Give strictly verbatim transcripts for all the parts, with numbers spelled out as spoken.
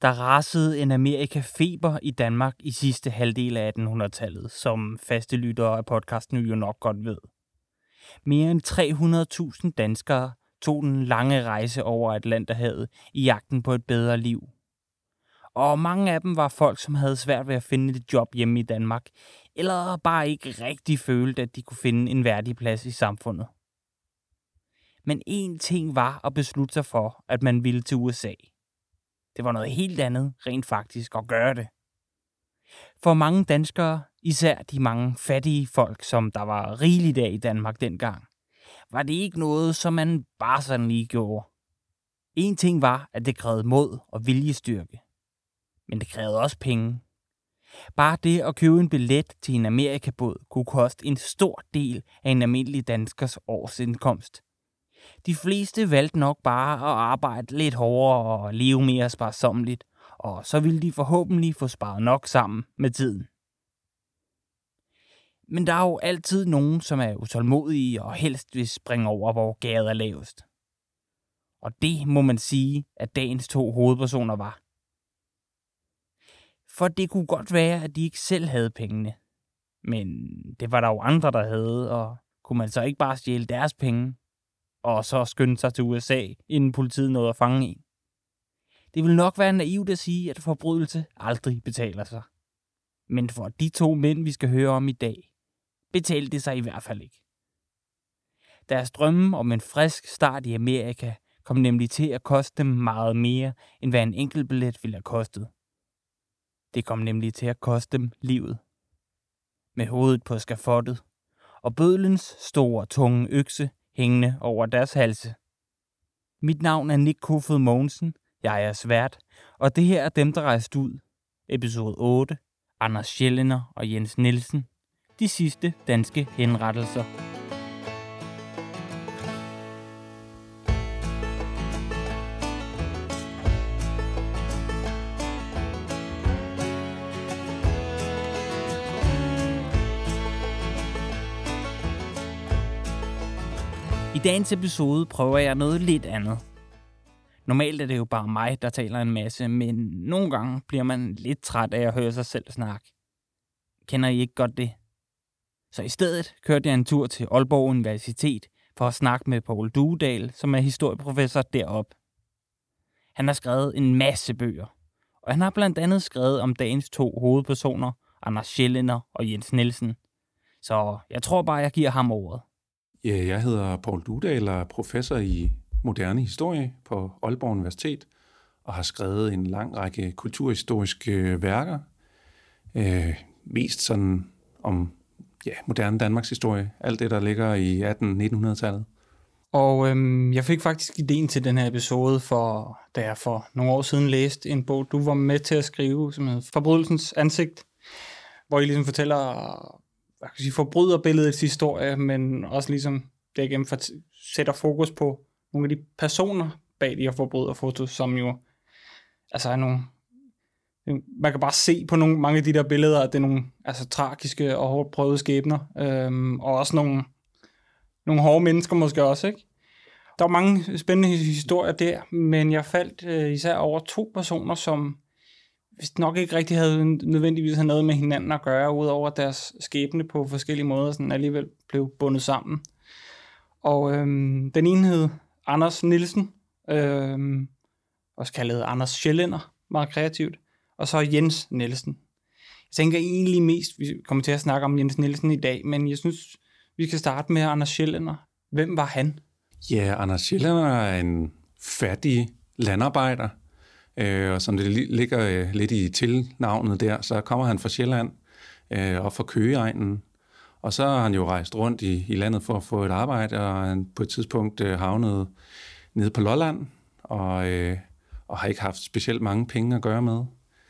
Der rasede en Amerika-feber i Danmark i sidste halvdel af attenhundredetallet, som faste lyttere af podcasten jo nok godt ved. Mere end tre hundrede tusind danskere tog den lange rejse over Atlanterhavet i jagten på et bedre liv. Og mange af dem var folk, som havde svært ved at finde et job hjemme i Danmark, eller bare ikke rigtig følte, at de kunne finde en værdig plads i samfundet. Men én ting var at beslutte sig for, at man ville til U S A. Det var noget helt andet, rent faktisk, at gøre det. For mange danskere, især de mange fattige folk, som der var rigeligt af i Danmark dengang, var det ikke noget, som man bare sådan lige gjorde. En ting var, at det krævede mod og viljestyrke. Men det krævede også penge. Bare det at købe en billet til en Amerikabåd kunne koste en stor del af en almindelig danskers årsindkomst. De fleste valgte nok bare at arbejde lidt hårdere og leve mere sparsommeligt, og så ville de forhåbentlig få sparet nok sammen med tiden. Men der er jo altid nogen, som er utålmodige og helst vil springe over, hvor gærdet er lavest. Og det må man sige, at dagens to hovedpersoner var. For det kunne godt være, at de ikke selv havde pengene. Men det var der jo andre, der havde, og kunne man så ikke bare stjæle deres penge, og så skynde sig til U S A, inden politiet nåede at fange en. Det vil nok være naivt at sige, at forbrydelse aldrig betaler sig. Men for de to mænd, vi skal høre om i dag, betalte det sig i hvert fald ikke. Deres drømme om en frisk start i Amerika kom nemlig til at koste dem meget mere, end hvad en enkelt billet ville have kostet. Det kom nemlig til at koste dem livet. Med hovedet på skafottet, og bødlens store, tunge økse hængende over deres halse. Mit navn er Nick Kofod Mogensen, jeg er svært, og det her er Dem, der rejste ud. Episode otte, Anders Schellener og Jens Nielsen. De sidste danske henrettelser. I dagens episode prøver jeg noget lidt andet. Normalt er det jo bare mig, der taler en masse, men nogle gange bliver man lidt træt af at høre sig selv snakke. Kender I ikke godt det? Så i stedet kørte jeg en tur til Aalborg Universitet for at snakke med Poul Duedal, som er historieprofessor deroppe. Han har skrevet en masse bøger, og han har blandt andet skrevet om dagens to hovedpersoner, Anders Schellener og Jens Nielsen. Så jeg tror bare, jeg giver ham ordet. Ja, jeg hedder Poul Duedal og er professor i moderne historie på Aalborg Universitet og har skrevet en lang række kulturhistoriske værker. Øh, mest sådan om ja, moderne Danmarks historie. Alt det, der ligger i atten-nittenhundredetallet. Og øhm, jeg fik faktisk ideen til den her episode, for, da jeg for nogle år siden læste en bog, du var med til at skrive, som hedder Forbrydelsens ansigt, hvor I ligesom fortæller hvad kan jeg sige, forbryderbilledets historie, men også ligesom derigennem sætter fokus på nogle af de personer bag de her forbryderfotos, som jo altså er nogle, man kan bare se på nogle, mange af de der billeder, at det er nogle altså, tragiske og hårdt prøvede skæbner, øhm, og også nogle, nogle hårde mennesker måske også, ikke? Der var mange spændende historier der, men jeg faldt øh, især over to personer, som hvis nok ikke rigtig havde nødvendigvis havde noget med hinanden at gøre, udover deres skæbne på forskellige måder, sådan alligevel blev bundet sammen. Og øhm, den ene hed Anders Nielsen, øhm, også kaldet Anders Schellener, meget kreativt, og så Jens Nielsen. Jeg tænker egentlig mest, vi kommer til at snakke om Jens Nielsen i dag, men jeg synes, vi skal starte med Anders Schellener. Hvem var han? Ja, Anders Schellener er en fattig landarbejder, øh, og som det ligger øh, lidt i tilnavnet der, så kommer han fra Sjælland øh, og fra Køgeegnen. Og så har han jo rejst rundt i, i landet for at få et arbejde, og han på et tidspunkt øh, havnet nede på Lolland, og, øh, og har ikke haft specielt mange penge at gøre med.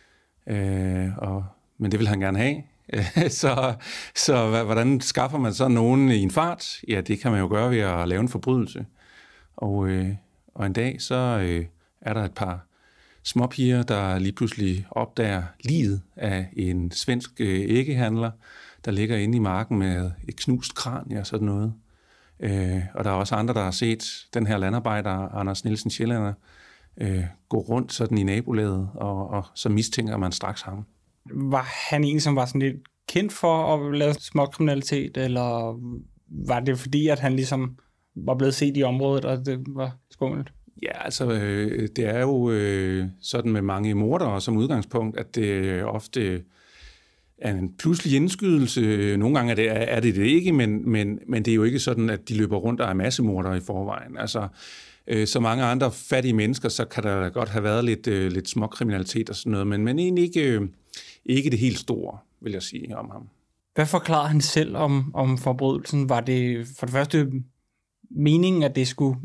Øh, og, men det vil han gerne have. så så hvordan skaffer man så nogen i en fart? Ja, det kan man jo gøre ved at lave en forbrydelse. Og, øh, og en dag så øh, er der et par småpiger, der lige pludselig opdager liget af en svensk øh, æggehandler, der ligger inde i marken med et knust kranie og sådan noget. Øh, og der er også andre, der har set den her landarbejder, Anders Nielsen Schellener, øh, gå rundt sådan i nabolaget, og, og så mistænker man straks ham. Var han en, som var sådan lidt kendt for at lave småkriminalitet, eller var det fordi, at han ligesom var blevet set i området, og det var skummelt? Ja, altså øh, det er jo øh, sådan med mange mordere som udgangspunkt, at det ofte er en pludselig indskydelse. Nogle gange er det, er det det ikke, men, men, men det er jo ikke sådan, at de løber rundt og er massemordere i forvejen. Altså, øh, så mange andre fattige mennesker, så kan der godt have været lidt, øh, lidt småkriminalitet og sådan noget, men, men egentlig ikke, øh, ikke det helt store, vil jeg sige om ham. Hvad forklarede han selv om, om forbrydelsen? Var det for det første meningen, at det skulle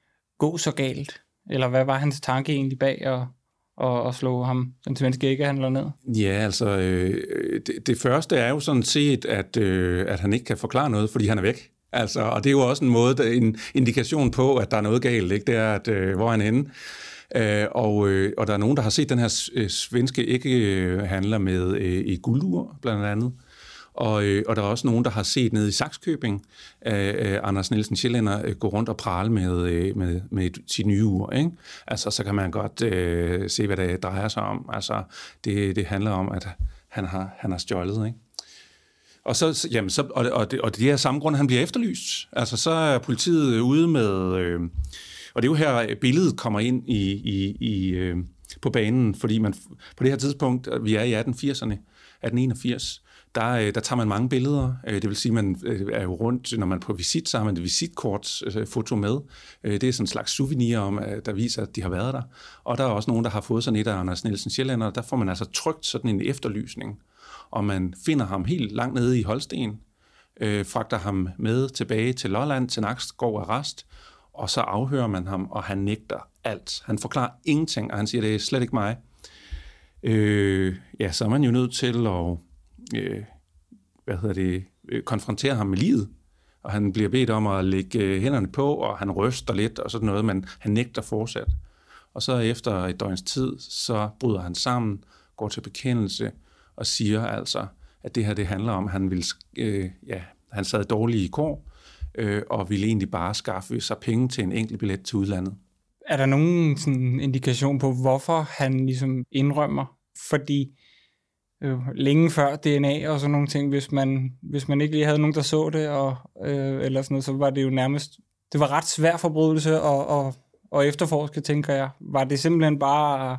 gå så galt? Eller hvad var hans tanke egentlig bag at, at, at slå ham, den svenske æggehandler, ned? Ja, altså øh, det, det første er jo sådan set, at, øh, at han ikke kan forklare noget, fordi han er væk. Altså, og det er jo også en måde, en indikation på, at der er noget galt, ikke? Det er, at øh, hvor er han henne? Øh, og, øh, og der er nogen, der har set den her øh, svenske æggehandler med øh, et guldur, blandt andet. Og, øh, og der er også nogen, der har set nede i Sakskøbing, øh, Anders Nielsen Sjællænder øh, gå rundt og prale med, øh, med, med sit nye ur. Ikke? Altså, så kan man godt øh, se, hvad det drejer sig om. Altså, det, det handler om, at han har, han har stjålet. Ikke? Og så, jamen, så, og, og, det, og det er samme grund, han bliver efterlyst. Altså, så er politiet ude med... Øh, og det er jo her, billedet kommer ind i, i, i, øh, på banen, fordi man på det her tidspunkt, vi er i atten firserne, atten enogfirs, Der, der tager man mange billeder. Det vil sige, at man er jo rundt, når man er på visit, så har man et visitkortsfoto med. Det er sådan en slags souvenir, om, der viser, at de har været der. Og der er også nogen, der har fået sådan et af Anders Nielsen Sjællænder. Der får man altså trykt sådan en efterlysning, og man finder ham helt langt nede i Holsten, øh, fragter ham med tilbage til Lolland, til Nakskov Arrest, og så afhører man ham, og han nægter alt. Han forklarer ingenting, og han siger, det er slet ikke mig. Øh, ja, så er man jo nødt til at øh, hvad hedder det, konfrontere ham med livet, og han bliver bedt om at lægge hænderne på, og han ryster lidt og sådan noget, men han nægter fortsat. Og så efter et døgns tid, så bryder han sammen, går til bekendelse og siger altså, at det her det handler om, at han ville, øh, ja, han sad dårligt i kår, øh, og ville egentlig bare skaffe sig penge til en enkelt billet til udlandet. Er der nogen sådan indikation på, hvorfor han ligesom indrømmer? Fordi øh, længe før D N A og sådan nogle ting, hvis man, hvis man ikke lige havde nogen, der så det, og, øh, eller sådan noget, så var det jo nærmest, det var ret svær forbrydelse at, at, at efterforske, tænker jeg. Var det simpelthen bare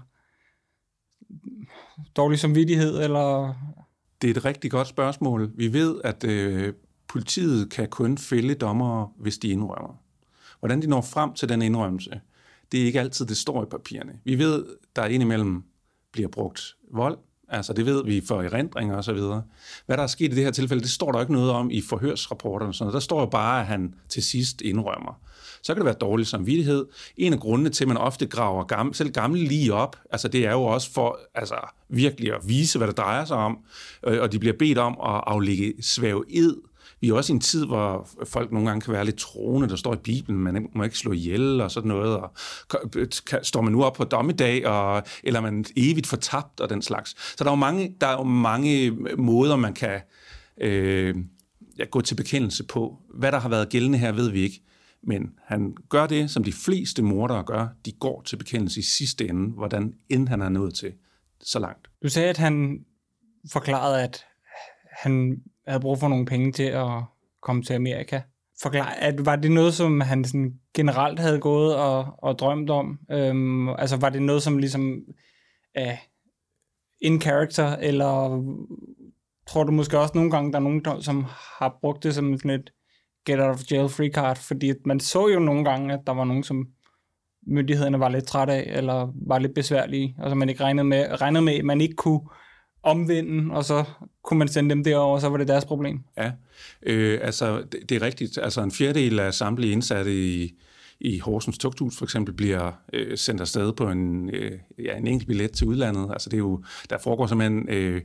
dårlig samvittighed, eller? Det er et rigtig godt spørgsmål. Vi ved, at øh, politiet kan kun fælde dommere, hvis de indrømmer. Hvordan de når frem til den indrømmelse, det er ikke altid, det står i papirerne. Vi ved, der indimellem bliver brugt vold, altså det ved vi for erindringer og så videre. Hvad der er sket i det her tilfælde, det står der ikke noget om i forhørsrapporterne. Sådan noget. Der står jo bare, at han til sidst indrømmer. Så kan det være dårlig samvittighed. En af grundene til, at man ofte graver gamle, selv gamle lige op, altså det er jo også for altså, virkelig at vise, hvad det drejer sig om, og de bliver bedt om at aflægge svæve ed. Vi er også i en tid, hvor folk nogle gange kan være lidt troende, der står i Bibelen, man må ikke slå ihjel og sådan noget, og står man nu op på dommedag, og, eller man evigt fortabt og den slags. Så der er jo mange, der er jo mange måder, man kan øh, ja, gå til bekendelse på. Hvad der har været gældende her, ved vi ikke. Men han gør det, som de fleste mordere gør. De går til bekendelse i sidste ende, hvordan end han er nået til så langt. Du sagde, at han forklarede, at han havde brug for nogle penge til at komme til Amerika. Forklar, at var det noget, som han sådan generelt havde gået og, og drømt om? Øhm, altså var det noget, som ligesom er uh, in character, eller tror du måske også nogle gange, der er nogen, som har brugt det som sådan et get out of jail free card? Fordi man så jo nogle gange, at der var nogen, som myndighederne var lidt træt af, eller var lidt besværlige, og så man ikke regnede med, regnede med, at man ikke kunne omvende, og så kunne man sende dem derover, og så var det deres problem. Ja, øh, altså det, det er rigtigt. Altså en fjerdedel af samtlige indsatte i, i Horsens Tugthus for eksempel bliver øh, sendt afsted på en, øh, ja, en enkelt billet til udlandet. Altså det er jo, der foregår simpelthen øh,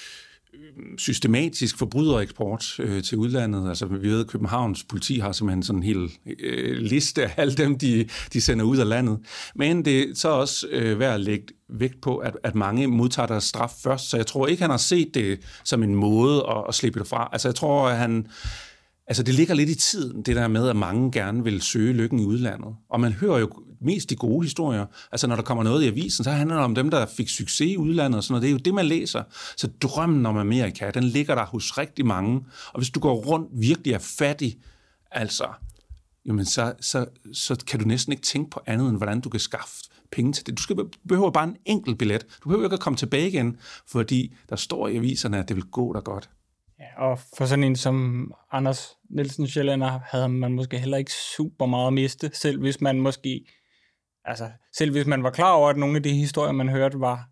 systematisk forbrydereksport øh, til udlandet. Altså vi ved, at Københavns politi har simpelthen sådan en hel øh, liste af alle dem, de, de sender ud af landet. Men det er så også øh, værd at lægge vægt på, at, at mange modtager deres straf først. Så jeg tror ikke, han har set det som en måde at, at slippe det fra. Altså jeg tror, at han... Altså det ligger lidt i tiden, det der med, at mange gerne vil søge lykken i udlandet. Og man hører jo mest de gode historier. Altså når der kommer noget i avisen, så handler det om dem, der fik succes i udlandet og sådan noget. Det er jo det, man læser. Så drømmen om Amerika, den ligger der hos rigtig mange. Og hvis du går rundt virkelig er fattig, altså, jamen så, så, så kan du næsten ikke tænke på andet, end hvordan du kan skaffe penge til det. Du skal behøver bare en enkelt billet. Du behøver ikke at komme tilbage igen, fordi der står i aviserne, at det vil gå dig godt. Ja, og for sådan en som Anders Nielsen Sjællænder havde man måske heller ikke super meget at miste, selv hvis man måske, altså selv hvis man var klar over, at nogle af de historier, man hørte, var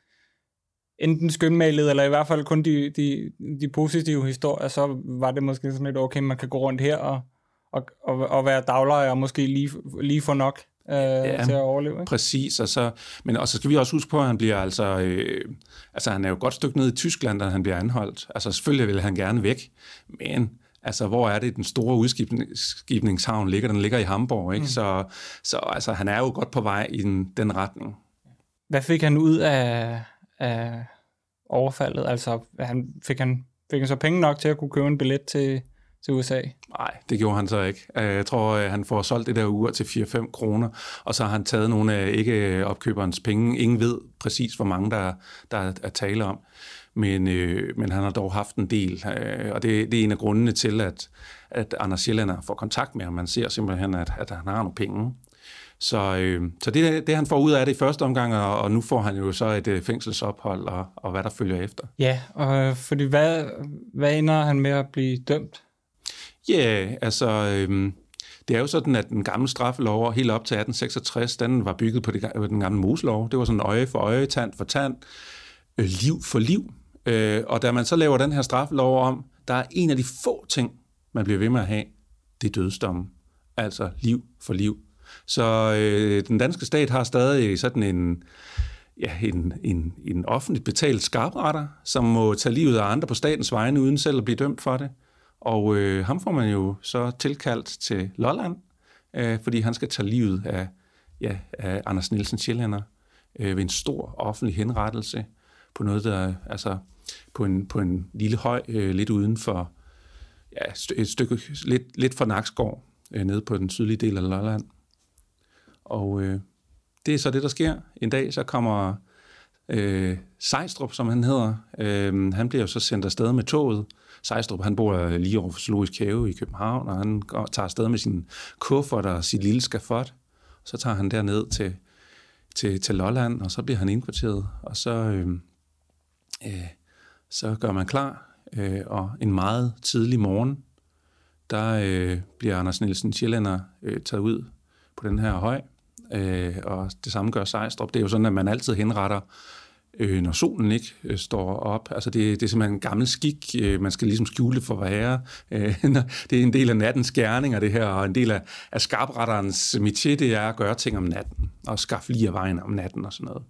enten skønmalet, eller i hvert fald kun de, de, de positive historier, så var det måske sådan lidt, okay, man kan gå rundt her og, og, og, og være daglejer og måske lige, lige få nok øh, ja, til at overleve. Ikke? Præcis, og så, men og så skal vi også huske på, at han bliver altså, øh, altså han er jo et godt stykke ned i Tyskland, da han bliver anholdt. Altså selvfølgelig vil han gerne væk, men altså hvor er det, den store udskibningshavn ligger? Den ligger i Hamburg, ikke? Mm. Så, så altså, han er jo godt på vej i den, den retning. Hvad fik han ud af, af overfaldet? Altså han, fik, han, fik han så penge nok til at kunne købe en billet til til U S A? Nej, det gjorde han så ikke. Jeg tror, han får solgt det der ur til fire til fem kroner, og så har han taget nogle af ikke-opkøberens penge. Ingen ved præcis, hvor mange der, der er tale om, men, øh, men han har dog haft en del, øh, og det, det er en af grundene til, at, at Anders Sjællænder får kontakt med ham. Man ser simpelthen, at, at han har nogle penge. Så, øh, så det, det, han får ud af det i første omgang, og, og nu får han jo så et øh, fængselsophold, og, og hvad der følger efter. Ja, og fordi hvad, hvad ender han med at blive dømt? Ja, yeah, altså, øhm, det er jo sådan, at den gamle straffelov helt op til atten seksogtres, den var bygget på, det, på den gamle Moselov. Det var sådan øje for øje, tand for tand, øh, liv for liv. Øh, og da man så laver den her straffelov om, der er en af de få ting, man bliver ved med at have, det er dødsdommen. Altså liv for liv. Så øh, den danske stat har stadig sådan en, ja, en, en, en offentligt betalt skarpretter, som må tage livet af andre på statens vegne, uden selv at blive dømt for det. Og øh, ham får man jo så tilkaldt til Lolland, øh, fordi han skal tage livet af, ja, af Anders Nielsen Sjællænder øh, ved en stor offentlig henrettelse på noget, der altså på en, på en lille høj, øh, lidt uden for, ja, et stykke, lidt, lidt for Nakskov, øh, nede på den sydlige del af Lolland. Og øh, det er så det, der sker. En dag så kommer øh, Sejstrup, som han hedder, øh, han bliver jo så sendt afsted med toget. Sejstrup, han bor lige over for Zoologisk Have i København, og han går, tager afsted med sin kuffert og sit lille skafot. Så tager han derned til, til, til Lolland, og så bliver han indkvarteret, og så, øh, øh, så gør man klar. Øh, og en meget tidlig morgen, der øh, bliver Anders Nielsen Sjællænder øh, taget ud på den her høj, øh, og det samme gør Sejstrup. Det er jo sådan, at man altid henretter, Øh, når solen ikke øh, står op. Altså det, det er simpelthen en gammel skik. Øh, man skal ligesom skjule det for at være. Øh, det er en del af nattens gerninger, det her, og en del af, af skarpretterens métier, det er at gøre ting om natten, og skaffe lige af vejen om natten og sådan noget.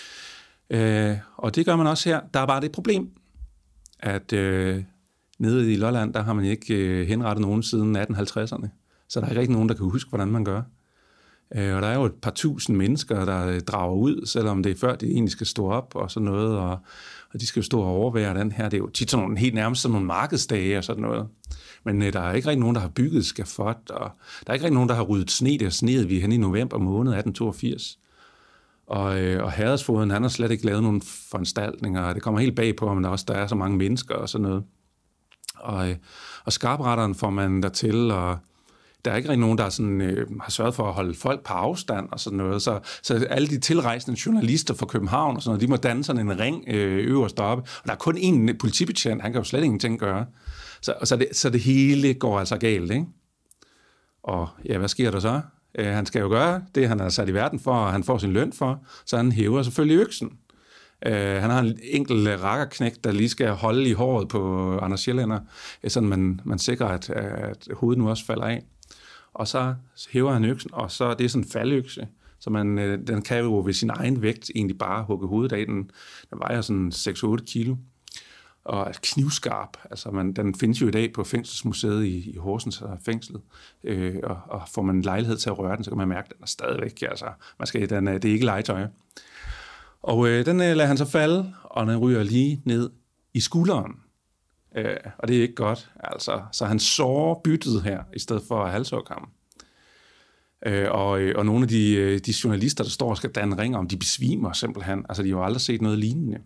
Øh, og det gør man også her. Der er bare det problem, at øh, nede i Lolland, der har man ikke øh, henrettet nogen siden atten halvtredserne. Så der er ikke rigtig nogen, der kan huske, hvordan man gør. Og der er jo et par tusind mennesker, der drager ud, selvom det er før, de egentlig skal stå op og sådan noget, og, og de skal jo stå og overvære den her. Det er jo tit sådan nogle, helt nærmest sådan nogle markedsdage og sådan noget. Men øh, der er ikke rigtig nogen, der har bygget skafot, og der er ikke rigtig nogen, der har ryddet sne. Det er sneet vi hen i november måned atten toogfirs. Og, øh, og herredsfogeden, han har slet ikke lavet nogen foranstaltninger, og det kommer helt bag på, men der også der er så mange mennesker og sådan noget. Og, øh, og skarpretteren får man der til, og der er ikke rigtig nogen, der sådan, øh, har sørget for at holde folk på afstand og sådan noget. Så, så alle de tilrejsende journalister fra København og sådan noget, de må danne sådan en ring øh, øverst oppe. Og der er kun én politibetjent, han kan jo slet ingenting gøre. Så, så, det, så det hele går altså galt, ikke? Og ja, hvad sker der så? Øh, han skal jo gøre det, han er sat i verden for, og han får sin løn for, så han hæver selvfølgelig øksen. Øh, han har en enkelt rakkerknægt, der lige skal holde i håret på Anders Sjællænder, sådan man, man sikrer, at, at hovedet nu også falder af. Og så hæver han øksen, og så er det sådan en faldøkse, så man, den kan jo ved sin egen vægt egentlig bare hugge hovedet af. Den, den vejer sådan seks til otte kilo, og er knivskarp. Altså man, den findes jo i dag på Fængselsmuseet i, i Horsens fængslet, øh, og, og får man lejlighed til at røre den, så kan man mærke, at den er stadigvæk, altså man skal, den, det er ikke legetøj. Og øh, den øh, lader han så falde, og den ryger lige ned i skulderen. Øh, og det er ikke godt, altså. Så han sårer byttet her, i stedet for at halshugge ham. Øh, og, og nogle af de, de journalister, der står og skal danne ring om, de besvimer simpelthen. Altså, de har jo aldrig set noget lignende.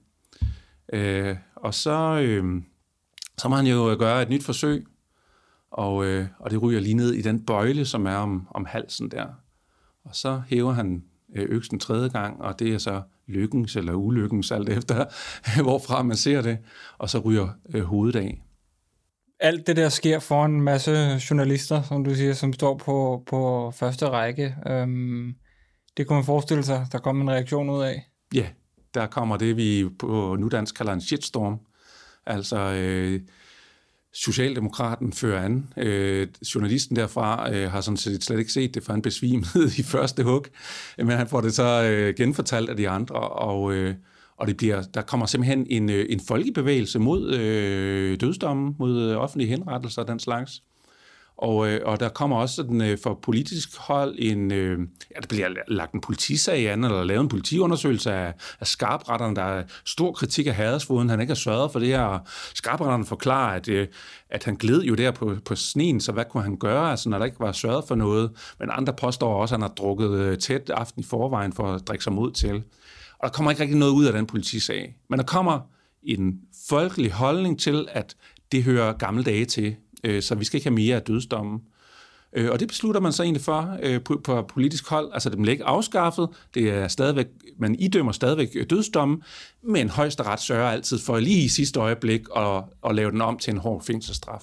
Øh, og så, øh, så må han jo gøre et nyt forsøg, og, øh, og det ryger lige ned i den bøjle, som er om, om halsen der. Og så hæver han øksen tredje gang, og det er så lykkens eller ulykkens, alt efter hvorfra man ser det, og så ryger øh, hovedet af. Alt det der sker for en masse journalister, som du siger, som står på, på første række. Øhm, det kunne man forestille sig, der kommer en reaktion ud af. Ja, der kommer det, vi på nudansk kalder en shitstorm. Altså, øh, Socialdemokraten fører an. Øh, journalisten derfra øh, har sådan set slet ikke set det, for han besvimede i første hug. Men han får det så øh, genfortalt af de andre, og, øh, og det bliver, der kommer simpelthen en, øh, en folkebevægelse mod øh, dødsdommen, mod øh, offentlige henrettelser og den slags. Og, øh, og der kommer også sådan, øh, for politisk hold en, øh, ja, der bliver lagt en politisag an, eller lavet en politiundersøgelse af, af skarpretterne. Der er stor kritik af Hadersfoden. Han ikke har sørget for det her. Skarpretterne forklarer, at, øh, at han gled jo der på, på sneen, så hvad kunne han gøre, altså, når der ikke var sørget for noget. Men andre påstår også, at han har drukket øh, tæt aften i forvejen for at drikke sig mod til. Og der kommer ikke rigtig noget ud af den politisag. Men der kommer en folkelig holdning til, at det hører gamle dage til. Så vi skal ikke have mere af dødsdommen. Og det beslutter man så egentlig for på, på politisk hold. Altså, det bliver ikke afskaffet. Det er stadigvæk, man idømmer stadigvæk dødsdommen, men højesteret sørger altid for lige i sidste øjeblik at, at lave den om til en hård fængselsstraf.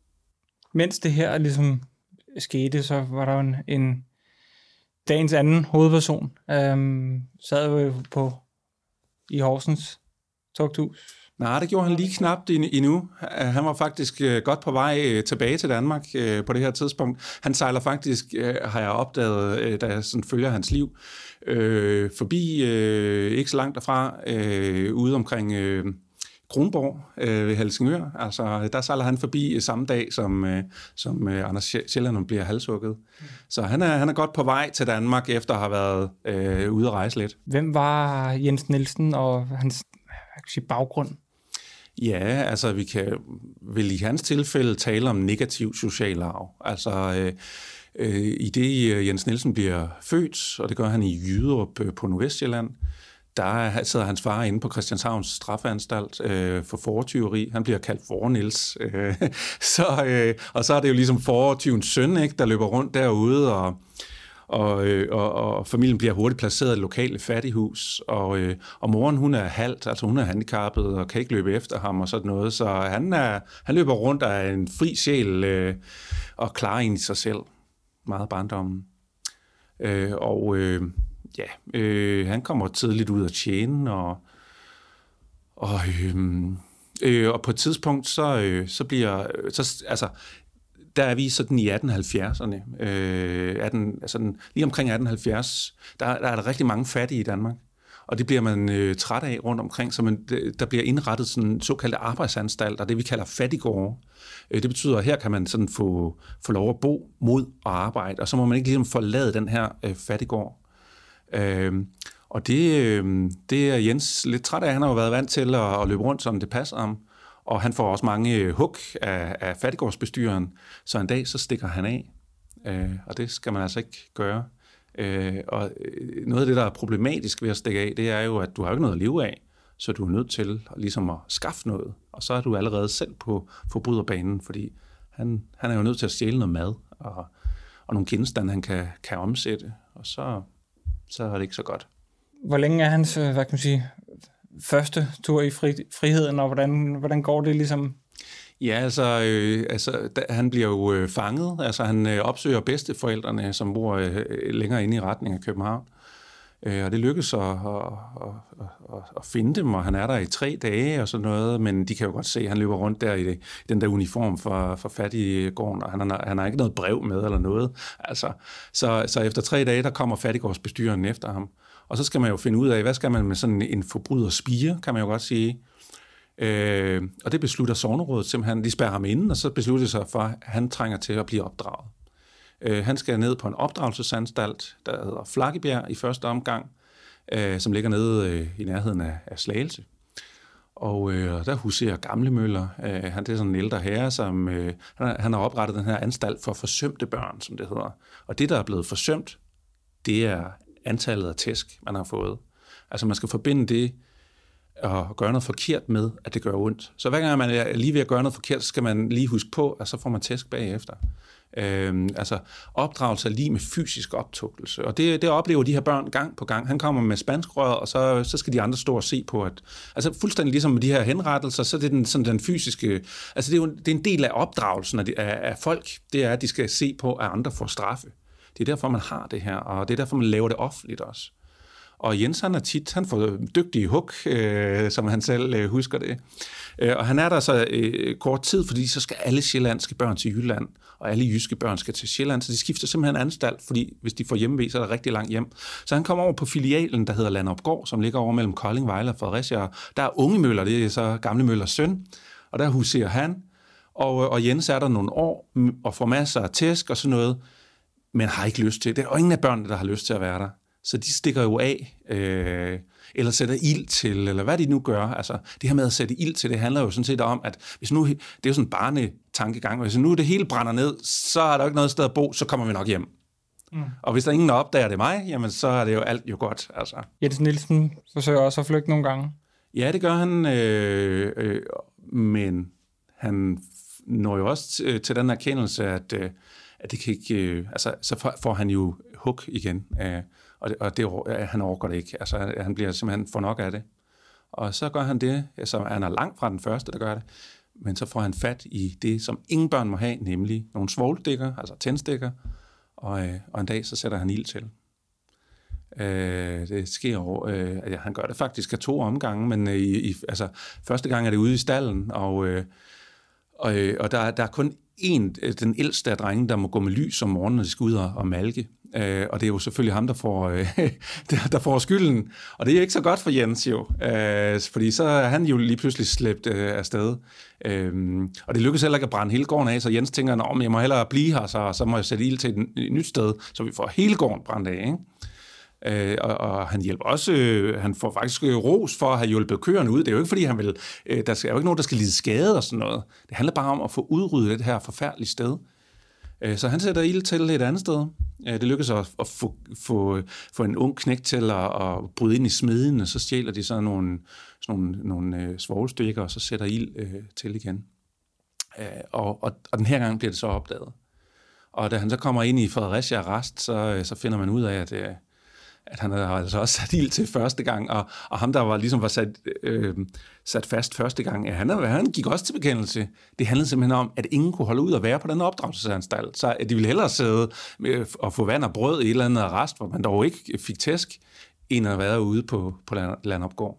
Mens det her ligesom skete, så var der en, en dagens anden hovedperson, øhm, sad jo på i Horsens tugthus. Nej, det gjorde han lige knapt endnu. Han var faktisk godt på vej tilbage til Danmark på det her tidspunkt. Han sejler faktisk, har jeg opdaget, da jeg sådan følger hans liv, forbi, ikke så langt derfra, ude omkring Kronborg ved Helsingør. Altså, der sejler han forbi samme dag, som, som Anders Sjælland bliver halshugget. Så han er, han er godt på vej til Danmark, efter at have været øh, ude at rejse lidt. Hvem var Jens Nielsen og hans jeg kan sige, baggrund? Ja, altså vi kan vel i hans tilfælde tale om negativ social arv. Altså øh, øh, i det Jens Nielsen bliver født, og det gør han i Jyderup på Nordvestjylland, der sidder hans far inde på Christianshavns straffeanstalt øh, for fortyveri. Han bliver kaldt Fornils. Øh, så, øh, og så er det jo ligesom fortyvens søn, ikke, der løber rundt derude, og Og, og, og familien bliver hurtigt placeret i et lokale fattighus, og, og moren, hun er halvt, altså hun er handicappet og kan ikke løbe efter ham og sådan noget, så han, er, han løber rundt af en fri sjæl øh, og klarer egentlig sig selv meget barndommen. Øh, og øh, ja, øh, han kommer tidligt ud at tjene, og, og, øh, øh, og på et tidspunkt, så, øh, så bliver, så, altså, der er vi sådan i atten halvfjerdserne, øh, atten, altså lige omkring atten halvfjerds, der, der er der rigtig mange fattige i Danmark, og det bliver man øh, træt af rundt omkring, så man, der bliver indrettet sådan såkaldte arbejdsanstalter, det vi kalder fattiggårde. Øh, det betyder, at her kan man sådan få, få lov at bo mod at arbejde, og så må man ikke ligesom forlade den her øh, fattiggård. Øh, og det, øh, det er Jens lidt træt af. Han har jo været vant til at, at løbe rundt, som det passer ham. Og han får også mange hug af, af fattiggårdsbestyreren, så en dag så stikker han af, øh, og det skal man altså ikke gøre. Øh, og noget af det, der er problematisk ved at stikke af, det er jo, at du har ikke noget at leve af, så du er nødt til ligesom at skaffe noget, og så er du allerede selv på forbryderbanen, fordi han, han er jo nødt til at stjæle noget mad, og, og nogle genstande, han kan, kan omsætte, og så, så er det ikke så godt. Hvor længe er hans, hvad kan man sige, første tur i fri, friheden, og hvordan, hvordan går det ligesom? Ja, altså, øh, altså da, han bliver jo øh, fanget. Altså, han øh, opsøger bedsteforældrene, som bor øh, længere inde i retning af København. Øh, og det lykkes at, at, at, at, at finde dem, og han er der i tre dage og sådan noget, men de kan jo godt se, at han løber rundt der i, det, i den der uniform for, for fattiggården, og han har, han har ikke noget brev med eller noget. Altså, så, så efter tre dage, der kommer fattiggårdsbestyreren efter ham. Og så skal man jo finde ud af, hvad skal man med sådan en forbryderspire, kan man jo godt sige. Øh, og det beslutter sognerådet simpelthen. De spærrer ham inde, og så beslutter sig for, at han trænger til at blive opdraget. Øh, han skal ned på en opdragelsesanstalt, der hedder Flakkebjerg i første omgang, øh, som ligger nede øh, i nærheden af, af Slagelse. Og øh, der huserer Gamle Møller. Øh, han det er sådan en ældre herre, som øh, han, har, han har oprettet den her anstalt for forsømte børn, som det hedder. Og det, der er blevet forsømt, det er antallet af tæsk, man har fået. Altså man skal forbinde det og gøre noget forkert med, at det gør ondt. Så hver gang man er lige ved at gøre noget forkert, så skal man lige huske på, at så får man tæsk bagefter. Øhm, altså opdragelse er lige med fysisk optugtelse. Og det, det oplever de her børn gang på gang. Han kommer med spanskrør, og så, så skal de andre stå og se på, at altså fuldstændig ligesom med de her henrettelser, så er det den, sådan den fysiske, altså det er jo det er en del af opdragelsen af, af, af folk, det er, at de skal se på, at andre får straffe. Det er derfor, man har det her, og det er derfor, man laver det offentligt også. Og Jens, han er tit, han får dygtige hug, øh, som han selv øh, husker det. Øh, og han er der så øh, kort tid, fordi så skal alle sjællandske børn til Jylland, og alle jyske børn skal til Sjælland, så de skifter simpelthen anstalt, fordi hvis de får hjemmevæg, så er der rigtig langt hjem. Så han kommer over på filialen, der hedder Landopgård, som ligger over mellem Kolding, Vejle og Fredericia. Der er Unge Møller, det er så Gamle Møllers søn, og der huserer han. Og, og Jens er der nogle år, og får masser af tæsk og sådan noget, men har ikke lyst til det. Og ingen af børnene, der har lyst til at være der. Så de stikker jo af, øh, eller sætter ild til, eller hvad de nu gør. Altså, det her med at sætte ild til, det handler jo sådan set om, at hvis nu, det er jo sådan en barnetankegang, hvis nu det hele brænder ned, så er der jo ikke noget sted at bo, så kommer vi nok hjem. Mm. Og hvis der ingen opdager det mig, jamen så er det jo alt jo godt. Altså. Jens Nielsen forsøger også at flygte nogle gange. Ja, det gør han, øh, øh, men han når jo også til, til den erkendelse, at, øh, at det kan ikke, øh, altså så får han jo hug igen, øh, og, det, og det, han overgår det ikke. Altså han bliver simpelthen for nok af det. Og så gør han det, så han er langt fra den første, der gør det, men så får han fat i det, som ingen børn må have, nemlig nogle svovlstikker, altså tændstikker, og, øh, og en dag så sætter han ild til. Øh, det sker over, øh, ja, han gør det faktisk af to omgange, men øh, i, altså, første gang er det ude i stallen, og, øh, og, og der, der er kun en, den ældste af drengene, der må gå med lys om morgenen, når de skal ud og, og malke. Øh, og det er jo selvfølgelig ham, der får, øh, der får skylden. Og det er jo ikke så godt for Jens jo, øh, fordi så er han jo lige pludselig slæbt øh, afsted. Øh, og det lykkes heller ikke at brænde hele gården af, så Jens tænker, at jeg må hellere blive her, så, så må jeg sætte ild til et nyt sted, så vi får hele gården brændt af, ikke? Øh, og, og han hjælper også, øh, han får faktisk ros for at have hjulpet køerne ud. Det er jo ikke, fordi han vil, øh, der er jo ikke nogen, der skal lide skade og sådan noget. Det handler bare om at få udryddet det her forfærdelige sted. Øh, så han sætter ild til et andet sted. Øh, det lykkes at, at få, få, få en ung knægt til at, at bryde ind i smeden, og så stjæler de så nogle, sådan nogle, nogle øh, svovlstikker, og så sætter ild øh, til igen. Øh, og, og, og den her gang bliver det så opdaget. Og da han så kommer ind i Fredericia Arrest, så, så finder man ud af, at øh, at han havde altså også sat ild til første gang, og, og ham, der var ligesom var sat, øh, sat fast første gang, ja, han, han gik også til bekendelse. Det handlede simpelthen om, at ingen kunne holde ud at være på den opdragelsesanstalt, så at de ville hellere sidde med, og få vand og brød i et eller andet arrest, hvor man dog ikke fik tæsk, end at være ude på, på Landopgård.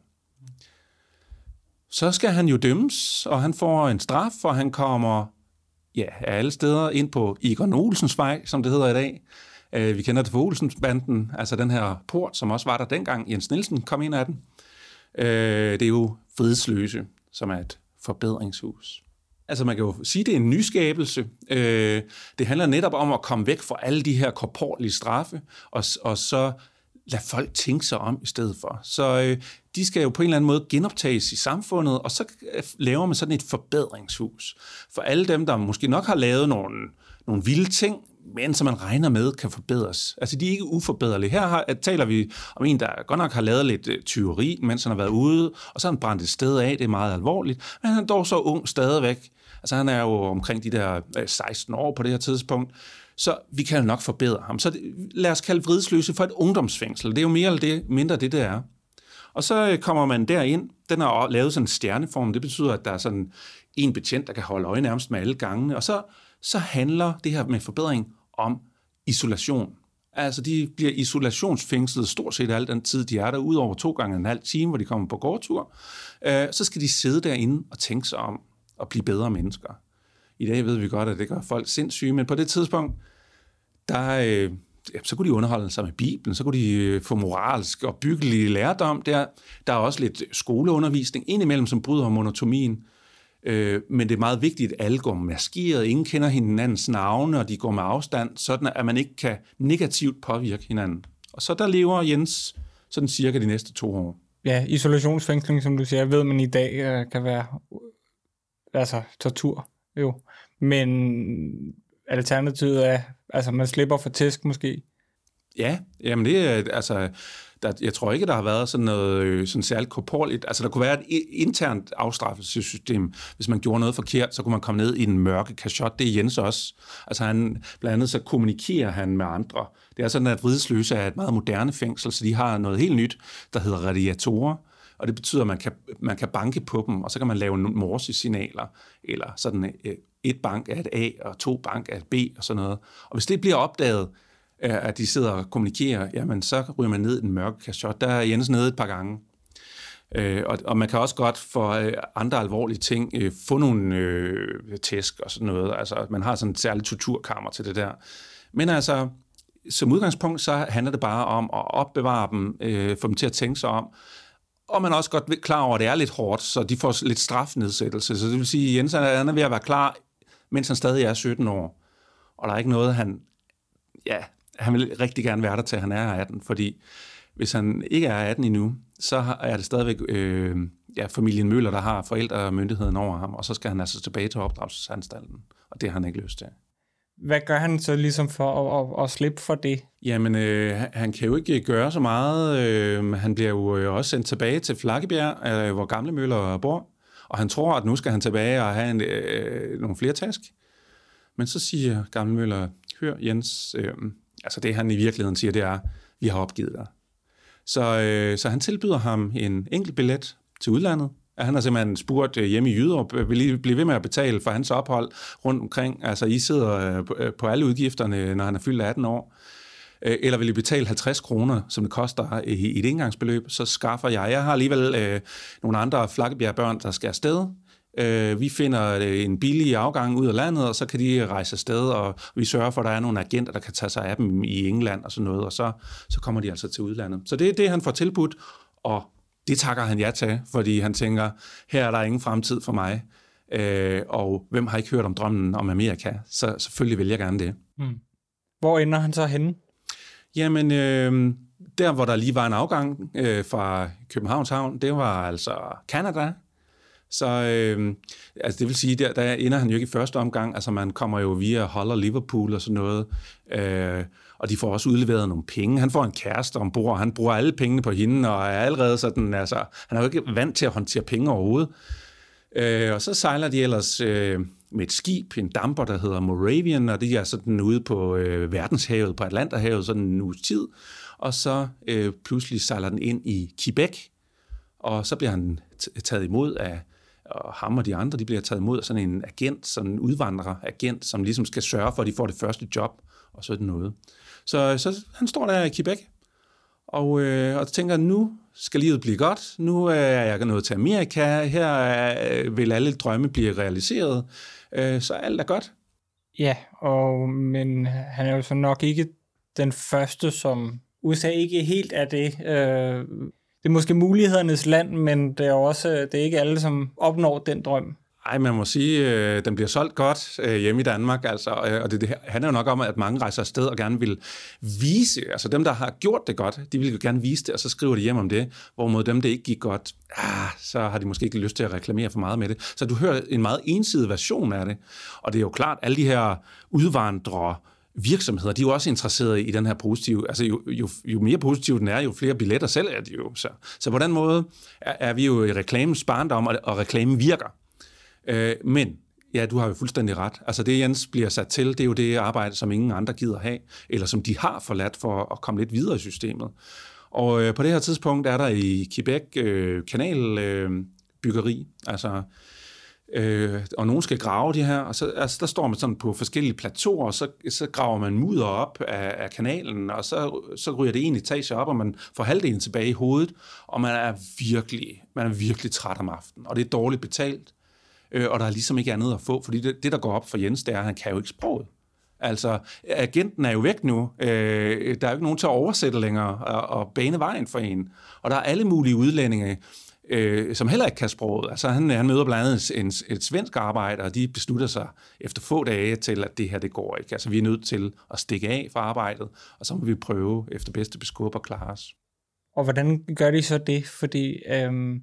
Så skal han jo dømmes, og han får en straf, og han kommer ja, alle steder ind på Egon Olsens vej, som det hedder i dag. Vi kender det for Olsensbanden, altså den her port, som også var der dengang. Jens Nielsen kom ind af den. Det er jo Fridsløse, som er et forbedringshus. Altså man kan jo sige, det er en nyskabelse. Det handler netop om at komme væk fra alle de her korporlige straffe, og, og så lade folk tænke sig om i stedet for. Så de skal jo på en eller anden måde genoptages i samfundet, og så laver man sådan et forbedringshus. For alle dem, der måske nok har lavet nogle, nogle vilde ting, men som man regner med kan forbedres. Altså, de er ikke uforbederlige. Her har, taler vi om en, der godt nok har lavet lidt tyveri, mens han har været ude, og så har han brændt et sted af, det er meget alvorligt, men han er dog så ung stadigvæk. Altså, han er jo omkring de der seksten år på det her tidspunkt, så vi kan jo nok forbedre ham. Så det, lad os kalde Fridsløse for et ungdomsfængsel. Det er jo mere eller det, mindre det, det er. Og så kommer man derind. Den er lavet sådan en stjerneform. Det betyder, at der er sådan en betjent, der kan holde øje nærmest med alle gangene. Og så, så handler det her med forbedring om isolation. Altså, de bliver isolationsfængslet stort set al den tid, de er der, ud over to gange en halv time, hvor de kommer på gårdtur. Øh, så skal de sidde derinde og tænke sig om at blive bedre mennesker. I dag ved vi godt, at det gør folk sindssyge, men på det tidspunkt, der, øh, ja, så kunne de underholde sig med Bibelen, så kunne de øh, få moralsk og byggelig lærdom. Der, der er også lidt skoleundervisning indimellem, som bryder monotomien. Øh, men det er meget vigtigt, at alle går maskeret, ingen kender hinandens navne, og de går med afstand, sådan at man ikke kan negativt påvirke hinanden. Og så der lever Jens sådan cirka de næste to år. ja, isolationsfængsling, som du siger, ved man i dag øh, kan være altså tortur, jo. Men alternativet er, altså man slipper for tæsk måske. Ja, jamen det er, altså, der, jeg tror ikke, der har været sådan noget sådan særligt korporligt. Altså der kunne være et internt afstraffelsessystem. Hvis man gjorde noget forkert, så kunne man komme ned i en mørke kashot. Det er Jens også. Altså han, blandt andet så kommunikerer han med andre. Det er sådan, at Vridsløse er et meget moderne fængsel, så de har noget helt nyt, der hedder radiatorer. Og det betyder, at man kan, man kan banke på dem, og så kan man lave morsesignaler, eller sådan et bank af et A, og to bank af et B, og sådan noget. Og hvis det bliver opdaget, at de sidder og kommunikerer, jamen så ryger man ned i den mørke kashot. Der er Jens nede et par gange. Øh, og, og man kan også godt for øh, andre alvorlige ting øh, få nogle øh, tæsk og sådan noget. Altså man har sådan et særligt torturkammer til det der. Men altså, som udgangspunkt, så handler det bare om at opbevare dem, øh, få dem til at tænke sig om. Og man er også godt klar over, at det er lidt hårdt, så de får lidt strafnedsættelse. Så det vil sige, at Jens er ved at være klar, mens han stadig er sytten år. Og der er ikke noget, han... Ja, han vil rigtig gerne være der til, han er atten, fordi hvis han ikke er atten endnu, så er det stadigvæk øh, ja, familien Møller, der har forældremyndigheden over ham, og så skal han altså tilbage til opdragelsesanstalten, og det har han ikke lyst til. Hvad gør han så ligesom for at, at, at slippe for det? Jamen, øh, han kan jo ikke gøre så meget. Øh, han bliver jo også sendt tilbage til Flakkebjerg, øh, hvor gamle Møller bor, og han tror, at nu skal han tilbage og have en, øh, nogle flere task. Men så siger gamle Møller, hør Jens... Øh, Altså det, han i virkeligheden siger, det er, vi har opgivet dig. Så, øh, så han tilbyder ham en enkelt billet til udlandet. Han har simpelthen spurgt øh, hjemme i Jyderup, vil I blive ved med at betale for hans ophold rundt omkring? Altså I sidder øh, på, øh, på alle udgifterne, når han er fyldt atten år. Øh, eller vil I betale halvtreds kroner, som det koster i, i et engangsbeløb? Så skaffer jeg. Jeg har alligevel øh, nogle andre Flakkebjerg-børn, der skal afsted. Vi finder en billig afgang ud af landet, og så kan de rejse afsted, og vi sørger for, at der er nogle agenter, der kan tage sig af dem i England og sådan noget, og så, så kommer de altså til udlandet. Så det er det, han får tilbudt, og det takker han ja til, fordi han tænker, her er der ingen fremtid for mig, og hvem har ikke hørt om drømmen om Amerika? Så selvfølgelig vil jeg gerne det. Hmm. Hvor ender han så henne? Jamen, øh, der hvor der lige var en afgang øh, fra Københavns Havn, det var altså Canada. Så øh, altså det vil sige, der, der ender han jo ikke i første omgang. Altså man kommer jo via Hull og Liverpool og sådan noget. Øh, og de får også udleveret nogle penge. Han får en kæreste ombord, og han bruger alle pengene på hende, og er allerede sådan, altså, han er jo ikke vant til at håndtere penge overhovedet. Øh, og så sejler de ellers øh, med et skib, en damper, der hedder Moravian, og de er sådan ude på øh, verdenshavet, på Atlanterhavet, sådan en uges tid. Og så øh, pludselig sejler den ind i Quebec, og så bliver han t- taget imod af og ham og de andre, de bliver taget imod af sådan en agent, sådan en udvandreragent, som ligesom skal sørge for, at de får det første job, og sådan noget. Så, så han står der i Quebec, og, øh, og tænker, nu skal livet blive godt, nu er jeg nået til Amerika, her er, vil alle drømme blive realiseret, øh, så alt er godt. Ja, og, men han er jo så nok ikke den første, som U S A ikke helt er det. Øh, Det er måske mulighedernes land, men det er også det er ikke alle, som opnår den drøm. Ej, man må sige, øh, den bliver solgt godt øh, hjemme i Danmark, altså, øh, og det, det handler jo nok om, at mange rejser afsted og gerne vil vise, altså dem, der har gjort det godt, de vil jo gerne vise det, og så skriver de hjem om det, hvorimod dem, det ikke gik godt, ah, så har de måske ikke lyst til at reklamere for meget med det. Så du hører en meget ensidig version af det, og det er jo klart, alle de her udvandrere, virksomheder, de er jo også interesserede i den her positive, altså jo, jo, jo mere positiv den er, jo flere billetter selv er de jo. Så, så på den måde er, er vi jo i reklamens barndom, og, og reklamen virker. Øh, men, ja, du har jo fuldstændig ret. Altså det, Jens bliver sat til, det er jo det arbejde, som ingen andre gider have, eller som de har forladt for at komme lidt videre i systemet. Og øh, på det her tidspunkt er der i Quebec øh, kanalbyggeri, øh, altså Øh, og nogen skal grave de her, og så, altså, der står man sådan på forskellige plateauer, og så, så graver man mudder op af, af kanalen, og så, så ryger det en etage op, og man får halvdelen tilbage i hovedet, og man er virkelig, man er virkelig træt om aftenen, og det er dårligt betalt, øh, og der er ligesom ikke andet at få, fordi det, det der går op for Jens, det er, at han kan jo ikke sproget. Altså, agenten er jo væk nu. Øh, der er jo ikke nogen til at oversætte længere og, og bane vejen for en. Og der er alle mulige udlændinge, øh, som heller ikke kan sproget. Altså, han, han møder blandt andet en, et svensk arbejder, og de beslutter sig efter få dage til, at det her, det går ikke. Altså, vi er nødt til at stikke af fra arbejdet, og så må vi prøve efter bedste beskub at klare os. Og hvordan gør de så det? Fordi øhm,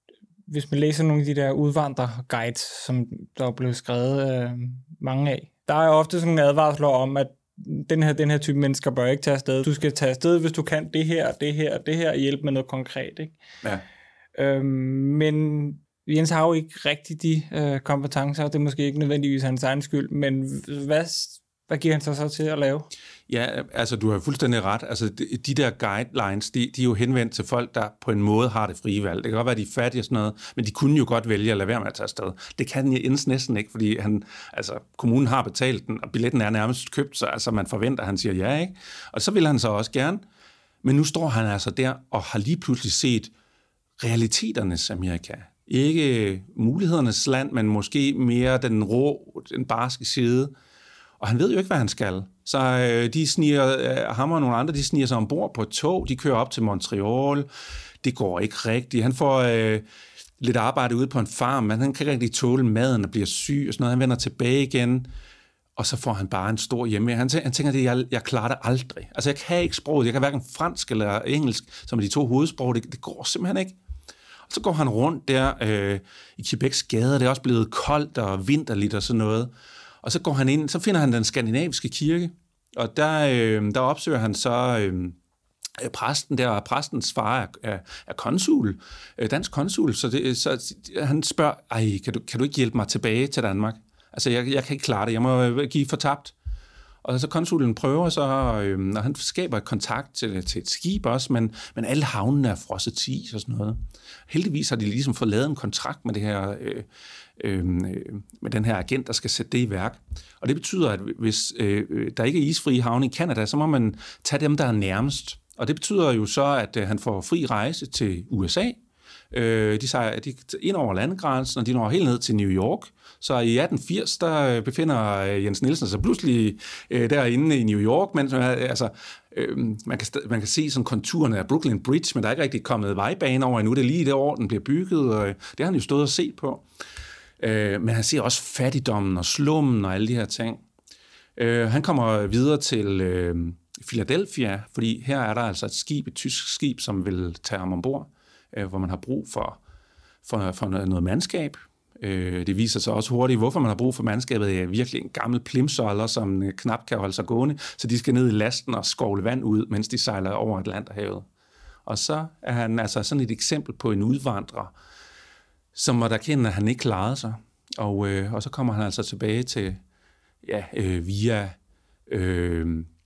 hvis man læser nogle af de der udvandrerguides, som der er blevet skrevet øh, mange af, der er jo ofte sådan en advarsler om, at den her, den her type mennesker bør ikke tage afsted. Du skal tage afsted, hvis du kan det her, det her, det her, og hjælpe med noget konkret. Ikke? Ja. Øhm, men Jens har jo ikke rigtig de øh, kompetencer, og det er måske ikke nødvendigvis hans egen skyld, men hvad, hvad giver han sig så til at lave? Ja, altså du har fuldstændig ret. Altså de, de der guidelines, de, de er jo henvendt til folk, der på en måde har det frie valg. Det kan godt være, de er fattige og sådan noget, men de kunne jo godt vælge at lade være med at tage afsted. Det kan Jens næsten ikke, fordi han, altså, kommunen har betalt den, og billetten er nærmest købt, så altså, man forventer, at han siger ja, ikke? Og så vil han så også gerne. Men nu står han altså der og har lige pludselig set realiteternes Amerika. Ikke mulighedernes land, men måske mere den rå, den barske side. Og han ved jo ikke, hvad han skal. Så øh, de sniger, øh, ham og nogle andre, de sniger sig ombord på et tog, de kører op til Montreal. Det går ikke rigtigt. Han får øh, lidt arbejde ude på en farm, men han kan ikke rigtig tåle maden og bliver syg og sådan noget. Han vender tilbage igen, og så får han bare en stor hjemme. Han, tæ- han tænker, at jeg, jeg klarer det aldrig. Altså, jeg kan ikke sproget. Jeg kan hverken fransk eller engelsk, som er de to hovedsprog. Det, det går simpelthen ikke. Og så går han rundt der øh, i Quebecs gader. Det er også blevet koldt og vinterligt og sådan noget. Og så går han ind, så finder han den skandinaviske kirke, og der, øh, der opsøger han så øh, præsten der, og præstens far er, er, er konsul, øh, dansk konsul, så, det, så han spørger, ej, kan du, kan du ikke hjælpe mig tilbage til Danmark? Altså, jeg, jeg kan ikke klare det, jeg må give fortabt. Og så konsulen prøver så, øh, og han skaber et kontakt til, til et skib også, men, men alle havnene er frosset til is og sådan noget. Heldigvis har de ligesom fået lavet en kontrakt med det her, øh, øh, med den her agent, der skal sætte det i værk. Og det betyder, at hvis øh, der ikke er isfrie havne i Canada, så må man tage dem, der er nærmest. Og det betyder jo så, at øh, han får fri rejse til U S A. Øh, de sejrer de ind over landegrænsen, og de når helt ned til New York. Så i atten firs, der befinder Jens Nielsen sig pludselig øh, derinde i New York, men altså, øh, man, kan, man kan se sådan konturerne af Brooklyn Bridge, men der er ikke rigtig kommet vejbane over endnu. Det er lige det år, den bliver bygget, og det har han jo stået og set på. Øh, men han ser også fattigdommen og slummen og alle de her ting. Øh, han kommer videre til øh, Philadelphia, fordi her er der altså et skib, et tysk skib, som vil tage ham ombord, øh, hvor man har brug for, for, for noget mandskab. Øh, det viser sig også hurtigt, hvorfor man har brug for mandskabet. Det er virkelig en gammel plimsoller, som knap kan holde sig gående, så de skal ned i lasten og skovle vand ud, mens de sejler over Atlanterhavet. Og så er han altså sådan et eksempel på en udvandrer, som måtte erkende, at han ikke klarede sig. Og, øh, og så kommer han altså tilbage til, ja, øh, via øh,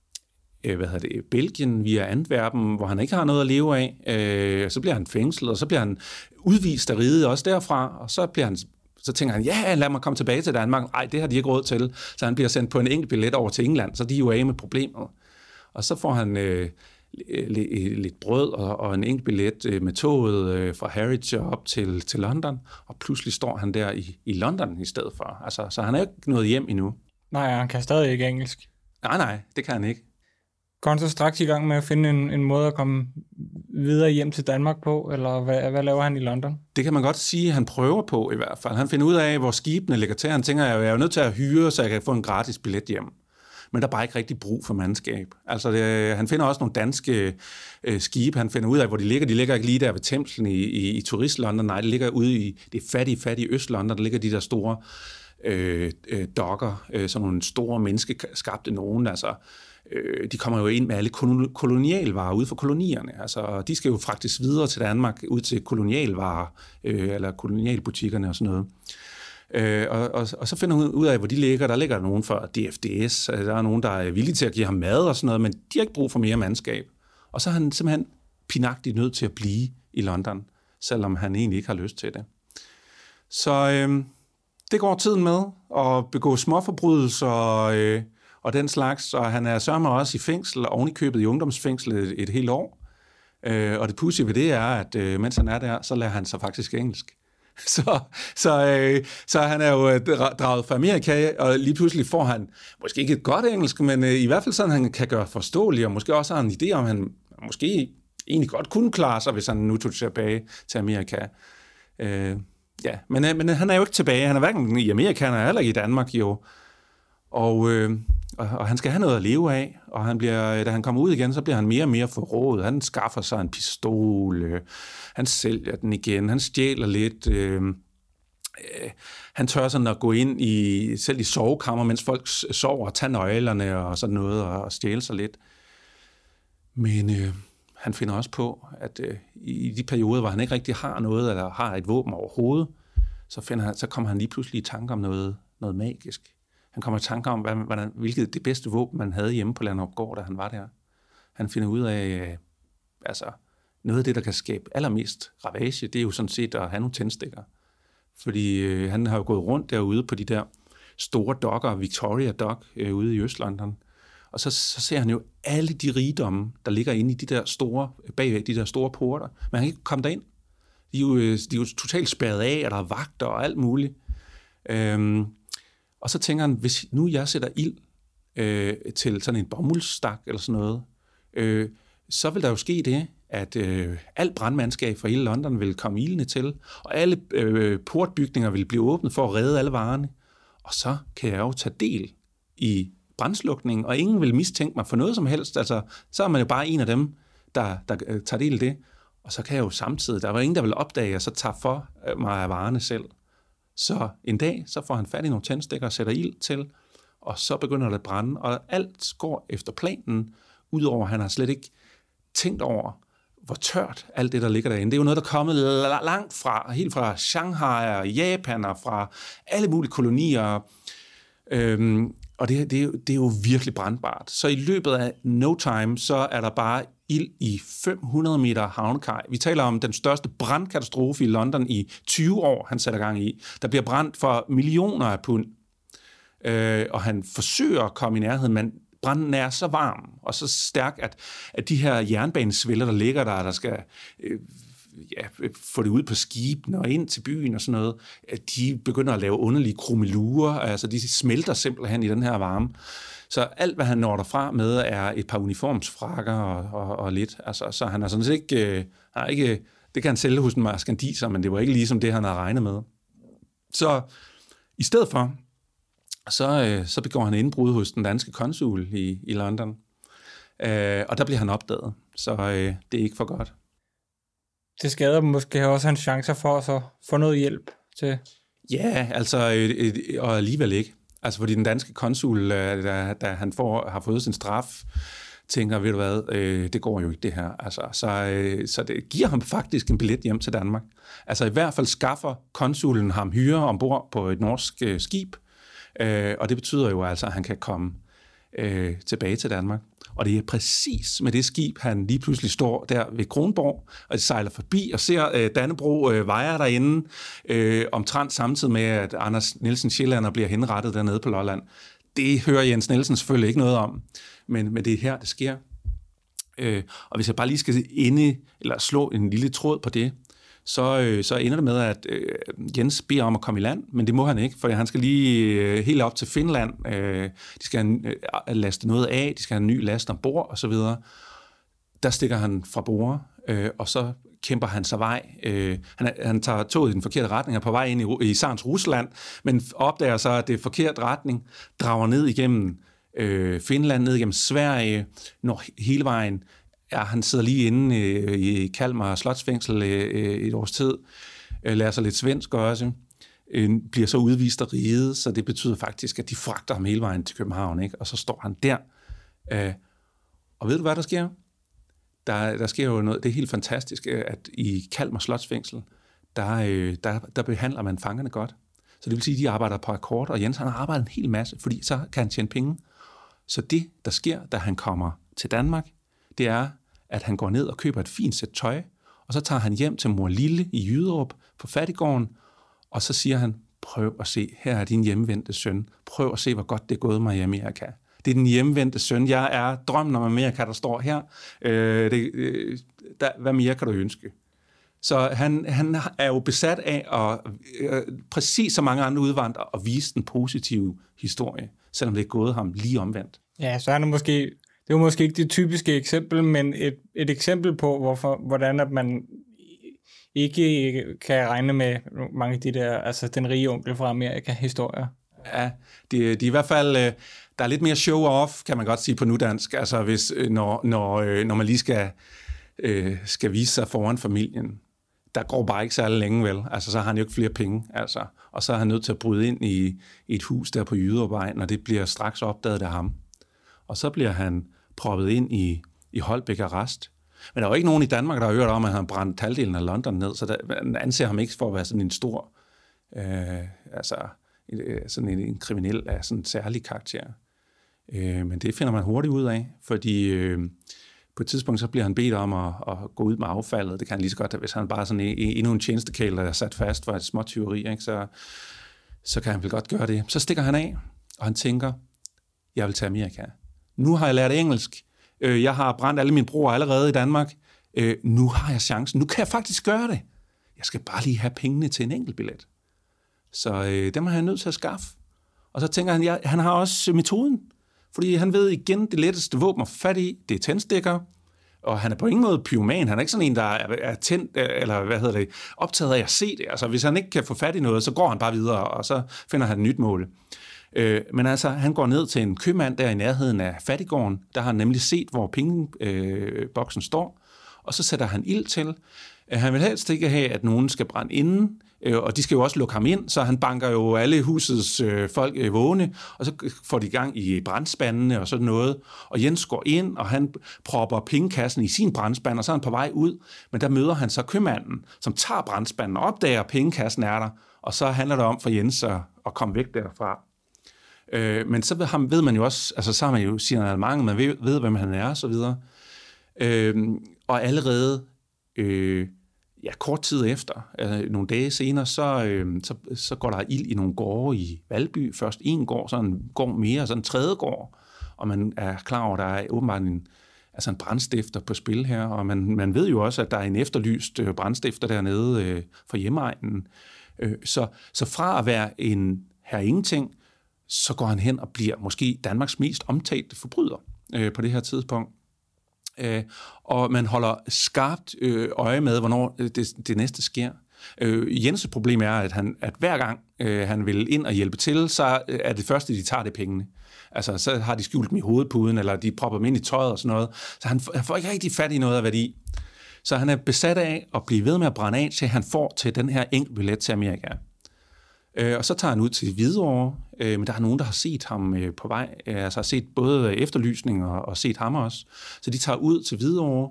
øh, hvad hedder det, Belgien, via Antwerpen, hvor han ikke har noget at leve af. Øh, så bliver han fængslet, og så bliver han udvist af riget også derfra, og så bliver han så tænker han, ja, lad mig komme tilbage til Danmark. Nej, det har de ikke råd til. Så han bliver sendt på en enkelt billet over til England, så de er jo af med problemet. Og så får han øh, lidt brød og, og en enkelt billet øh, med toget øh, fra Harwich op til, til London, og pludselig står han der i, i London i stedet for. Altså, så han er jo ikke nået hjem endnu. Nej, han kan stadig ikke engelsk. Nej, nej, det kan han ikke. Går han så straks i gang med at finde en, en måde at komme videre hjem til Danmark på, eller hvad, hvad laver han i London? Det kan man godt sige, at han prøver på i hvert fald. Han finder ud af, hvor skibene ligger til. Han tænker, at jeg er jo nødt til at hyre, så jeg kan få en gratis billet hjem. Men der er bare ikke rigtig brug for mandskab. Altså, det, han finder også nogle danske øh, skibe. Han finder ud af, hvor de ligger. De ligger ikke lige der ved Themsen i, i, i Turist-London. Nej, de ligger ude i det fattige, fattige Øst-London. Der ligger de der store øh, øh, dokker, øh, sådan nogle store menneskeskabte nogen, altså. De kommer jo ind med alle kolonialvarer ude for kolonierne. Altså, de skal jo fragtes videre til Danmark, ud til kolonialvarer, øh, eller kolonialbutikkerne og sådan noget. Øh, og, og, og så finder hun ud af, hvor de ligger. Der ligger nogen fra D F D S, der er nogen, der er villige til at give ham mad og sådan noget, men de har ikke brug for mere mandskab. Og så er han simpelthen pinagtigt nødt til at blive i London, selvom han egentlig ikke har lyst til det. Så øh, det går tiden med at begå småforbrydelser og øh, og den slags, og han er sørme også i fængsel, og ovenikøbet i ungdomsfængsel et, et helt år. Øh, og det pudsige ved det er, at øh, mens han er der, så lærer han sig faktisk engelsk. Så, så, øh, så han er jo draget fra Amerika, og lige pludselig får han måske ikke et godt engelsk, men øh, i hvert fald sådan, han kan gøre forståelig, og måske også har en idé om, han måske egentlig godt kunne klare sig, hvis han nu tog tilbage til Amerika. Øh, ja, men, men han er jo ikke tilbage. Han er hverken i Amerika, han er heller ikke i Danmark, jo. Og, øh, og, og han skal have noget at leve af, og han bliver, da han kommer ud igen, så bliver han mere og mere forrådet. Han skaffer sig en pistol, øh, han sælger den igen, han stjæler lidt. Øh, øh, han tør sådan at gå ind i, selv i sovekammer, mens folk sover, og tage nøglerne og sådan noget, og, og stjæle sig lidt. Men øh, han finder også på, at øh, i de perioder, hvor han ikke rigtig har noget, eller har et våben overhovedet, så, finder han, så kommer han lige pludselig i tanke om noget, noget magisk. Han kommer i tanke om, hvordan, hvilket det bedste våben, man havde hjemme på Landerupgård, da han var der. Han finder ud af, øh, altså, noget af det, der kan skabe allermest ravage, det er jo sådan set at have nogle tændstikker. Fordi øh, han har jo gået rundt derude på de der store dokker, Victoria Dock, øh, ude i Øst-London. Og så, så ser han jo alle de rigdomme, der ligger inde i de der store, bagved de der store porter. Men han kan ikke komme derind. De er jo, de er jo totalt spærret af, og der er vagter og alt muligt. Øhm, og så tænker han, hvis nu jeg sætter ild øh, til sådan en bomuldsstak eller sådan noget, øh, så vil der jo ske det, at øh, alt brandmandskab fra hele London vil komme ildene til, og alle øh, portbygninger vil blive åbnet for at redde alle varerne. Og så kan jeg jo tage del i brandslukningen, og ingen vil mistænke mig for noget som helst. Altså, så er man jo bare en af dem, der, der øh, tager del i det. Og så kan jeg jo samtidig, der var ingen, der vil opdage, og så tager for mig af varerne selv. Så en dag, så får han fat i nogle tændstikker og sætter ild til, og så begynder det at brænde, og alt går efter planen, udover at han har slet ikke tænkt over, hvor tørt alt det, der ligger derinde. Det er jo noget, der er kommet langt fra, helt fra Shanghai og Japan og fra alle mulige kolonier. Øhm, og det, det, er jo, det er jo virkelig brandbart. Så i løbet af no time, så er der bare ild i fem hundrede meter havnekaj. Vi taler om den største brandkatastrofe i London i tyve år, han sætter gang i. Der bliver brændt for millioner af pund. Øh, og han forsøger at komme i nærheden, men branden er så varm og så stærk, at, at de her jernbanesvælder, der ligger der, der skal øh, ja, få det ud på skibene og ind til byen og sådan noget, de begynder at lave underlige krummelurer, altså de smelter simpelthen i den her varme. Så alt, hvad han når derfra med, er et par uniformsfrakker og, og, og lidt. Altså, så han er sådan set ikke, øh, han er ikke... Det kan han sælge hos en maskandiser, men det var ikke ligesom det, han havde regnet med. Så i stedet for, så, øh, så begår han indbrud hos den danske konsul i, i London. Øh, og der bliver han opdaget. Så øh, det er ikke for godt. Det skader måske også hans chancer for at så få noget hjælp til... Ja, altså, øh, øh, og alligevel ikke. Altså, fordi den danske konsul, da, da han får, har fået sin straf, tænker, ved du hvad, øh, det går jo ikke det her. Altså, så, øh, så det giver ham faktisk en billet hjem til Danmark. Altså, i hvert fald skaffer konsulen ham hyre ombord på et norsk øh, skib, øh, og det betyder jo altså, at han kan komme øh, tilbage til Danmark. Og det er præcis med det skib, han lige pludselig står der ved Kronborg, og sejler forbi og ser øh, Dannebrog øh, vejer derinde, øh, omtrent samtidig med, at Anders Nielsen Sjællander bliver henrettet dernede på Lolland. Det hører Jens Nielsen selvfølgelig ikke noget om, men, men det er her, det sker. Øh, og hvis jeg bare lige skal inde, eller slå en lille tråd på det, så, øh, så ender det med, at øh, Jens beder om at komme i land, men det må han ikke, for han skal lige øh, helt op til Finland. Øh, de skal øh, laste noget af, de skal have en ny last ombord og så videre. Der stikker han fra bord, øh, og så kæmper han sig vej. Øh, han, han tager toget i den forkerte retning, er på vej ind i, i Sarens Rusland, men opdager så, at det er forkert retning, drager ned igennem øh, Finland, ned igennem Sverige, når hele vejen. Ja, han sidder lige inde øh, i Kalmar Slotsfængsel øh, et års tid, øh, lærer sig lidt svensk også, øh, bliver så udvist af riget, så det betyder faktisk, at de fragter ham hele vejen til København, ikke? Og så står han der. Øh, og ved du, hvad der sker? Der, der sker jo noget, det er helt fantastisk, at i Kalmar Slotsfængsel, der, øh, der, der behandler man fangerne godt. Så det vil sige, at de arbejder på akkord, og Jens han har arbejdet en hel masse, fordi så kan han tjene penge. Så det, der sker, da han kommer til Danmark, det er, at han går ned og køber et fint sæt tøj, og så tager han hjem til mor Lille i Jyderup på fattiggården, og så siger han, prøv at se, her er din hjemvendte søn. Prøv at se, hvor godt det er gået mig i Amerika. Det er den hjemvendte søn. Jeg er drømmen om Amerika, der står her. Øh, det, øh, der, hvad mere kan du ønske? Så han, han er jo besat af at, øh, præcis som mange andre udvandrere, at vise den positive historie, selvom det er gået ham lige omvendt. Ja, så er det måske... Det er jo måske ikke det typiske eksempel, men et, et eksempel på, hvorfor, hvordan at man ikke kan regne med mange af de der, altså den rige onkel fra Amerika-historier. Ja, de, de er i hvert fald, der er lidt mere show-off, kan man godt sige på nudansk, altså hvis, når, når, når man lige skal, skal vise sig foran familien. Der går bare ikke særlig længe, vel? Altså, så har han jo ikke flere penge, altså. Og så er han nødt til at bryde ind i, i et hus der på Jyderup-vejen, og det bliver straks opdaget af ham. Og så bliver han proppet ind i, i Holbæk Arrest. Men der er jo ikke nogen i Danmark, der har hørt om, at han brændt halvdelen af London ned, så der, man anser ham ikke for at være sådan en stor, øh, altså sådan en, en kriminel af sådan en særlig karakter. Øh, men det finder man hurtigt ud af, fordi øh, på et tidspunkt så bliver han bedt om at, at gå ud med affaldet. Det kan han lige så godt, hvis han bare er sådan en, endnu en tjenestekæl, der er sat fast for et småt tyveri, ikke? Så, så kan han vel godt gøre det. Så stikker han af, og han tænker, jeg vil til Amerika. Nu har jeg lært engelsk. Jeg har brændt alle mine broer allerede i Danmark. Nu har jeg chancen. Nu kan jeg faktisk gøre det. Jeg skal bare lige have pengene til en enkelt billet. Så øh, dem har han nødt til at skaffe. Og så tænker han, ja, han har også metoden. Fordi han ved igen, det letteste våben at få fat i, det er tændstikker. Og han er på ingen måde pyroman. Han er ikke sådan en, der er, er tændt, eller hvad hedder det, optaget af at se det. Altså, hvis han ikke kan få fat i noget, så går han bare videre, og så finder han et nyt mål. Øh, men altså, han går ned til en købmand der i nærheden af fattiggården. Der har han nemlig set, hvor pengeboksen øh, står. Og så sætter han ild til. Han vil helst ikke have, at nogen skal brænde inden, og de skal jo også lukke ham ind, så han banker jo alle husets øh, folk øh, vågne, og så får de gang i brandspandene og sådan noget. Og Jens går ind, og han propper pengekassen i sin brandspand, og så er han på vej ud. Men der møder han så købmanden, som tager brandspanden og opdager, at pengekassen er der, og så handler det om for Jens at, at komme væk derfra. Øh, men så ved, ham, ved man jo også, altså så har man jo signalement, man ved, ved, hvem han er, og så videre. Øh, og allerede... Øh, Ja, kort tid efter, øh, nogle dage senere, så, øh, så, så går der ild i nogle gårde i Valby. Først en gård, så en gård mere, så en tredje gård. Og man er klar over, at der er åbenbart en, altså en brandstifter på spil her. Og man, man ved jo også, at der er en efterlyst øh, brandstifter dernede øh, fra hjemmeegnen. Øh, så, så fra at være en her ingenting, så går han hen og bliver måske Danmarks mest omtalte forbryder øh, på det her tidspunkt. Øh, og man holder skarpt øh, øje med, hvornår det, det næste sker. Øh, Jens' problem er, at, han, at hver gang øh, han vil ind og hjælpe til, så er det første, de tager det pengene. Altså, så har de skjult dem i hovedpuden, eller de propper dem ind i tøjet og sådan noget. Så han, han får ikke rigtig fat i noget af værdi. Så han er besat af at blive ved med at brænde af, til han får til den her enkelt billet til Amerika. Øh, og så tager han ud til Hvidovre, øh, men der er nogen, der har set ham øh, på vej, øh, altså har set både efterlysning og, og set ham også. Så de tager ud til Hvidovre,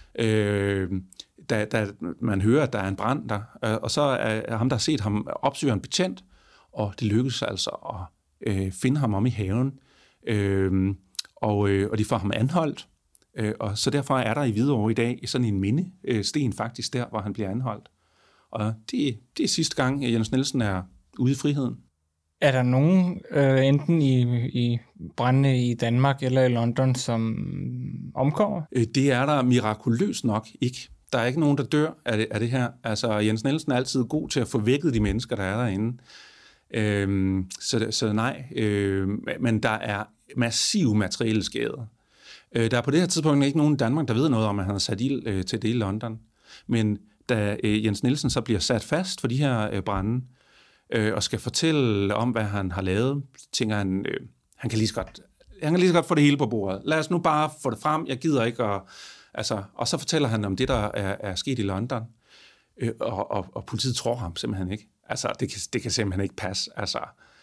øh, da, da man hører, at der er en brand der, øh, og så er ham, der har set ham, opsøger en betjent, og det lykkes altså at øh, finde ham om i haven, øh, og, øh, og de får ham anholdt, øh, og så derfor er der i Hvidovre i dag sådan en mindesten faktisk der, hvor han bliver anholdt. Og det, det er sidste gang, Jens Nielsen er ude i friheden. Er der nogen, øh, enten i, i brændene i Danmark eller i London, som omkommer? Det er der mirakuløst nok ikke. Der er ikke nogen, der dør af det, af det her. Altså, Jens Nielsen er altid god til at få vækket de mennesker, der er derinde. Øhm, så, så nej, øh, men der er massive materielle skader. Øh, der er på det her tidspunkt ikke nogen i Danmark, der ved noget om, at han har sat ild øh, til det i London. Men da øh, Jens Nielsen så bliver sat fast for de her øh, brande, øh, og skal fortælle om, hvad han har lavet, tænker han, øh, han kan lige så godt, han kan lige så godt få det hele på bordet. Lad os nu bare få det frem, jeg gider ikke at, altså, og så fortæller han om det, der er, er sket i London, øh, og, og, og politiet tror ham simpelthen ikke. Altså, det kan, det kan simpelthen ikke passe. Altså,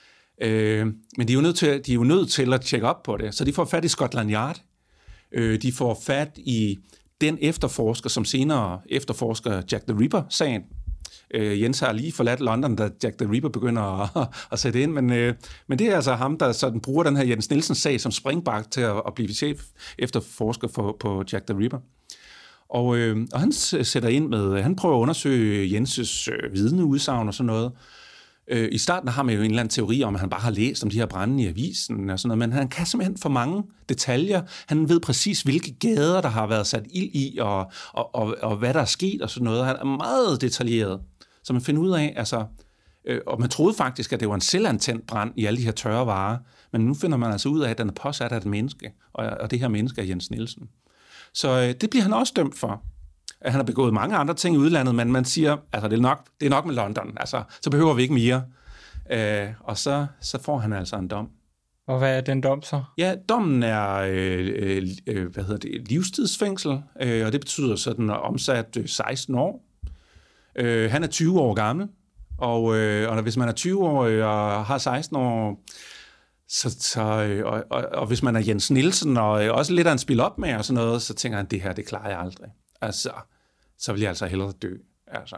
øh, men de er, jo nødt til, de er jo nødt til at tjekke op på det, så de får fat i Scotland Yard, øh, de får fat i den efterforsker, som senere efterforsker Jack the Ripper-sagen. Øh, Jens har lige forladt London, da Jack the Ripper begynder at, at sætte ind, men, øh, men det er altså ham, der sådan bruger den her Jens Nielsen-sag som springbræt til at, at blive chef efterforsker for, på Jack the Ripper. Og, øh, og han sætter ind med, han prøver at undersøge Jenses øh, vidneudsagn og sådan noget. Øh, I starten har man jo en eller anden teori om, at han bare har læst om de her brande i avisen og sådan noget, men han kan simpelthen for mange detaljer. Han ved præcis, hvilke gader, der har været sat ild i, og, og, og, og hvad der er sket og sådan noget. Han er meget detaljeret, så man finder ud af, altså, øh, og man troede faktisk, at det var en selvantændt brand i alle de her tørre varer, men nu finder man altså ud af, at den er påsat af et menneske, og, og det her menneske er Jens Nielsen. Så øh, det bliver han også dømt for. Han har begået mange andre ting i udlandet, men man siger, altså det er nok, det er nok med London, altså så behøver vi ikke mere. Øh, og så, så får han altså en dom. Og hvad er den dom så? Ja, dommen er øh, øh, hvad hedder det, livstidsfængsel, øh, og det betyder sådan omsat øh, seksten år. Øh, han er tyve år gammel, og, øh, og hvis man er tyve år og har seksten år, så, så, øh, og, og, og hvis man er Jens Nielsen og øh, også lidt af en spil op med og sådan noget, så tænker han, det her, det klarer jeg aldrig. Altså, så vil jeg altså hellere dø. Altså.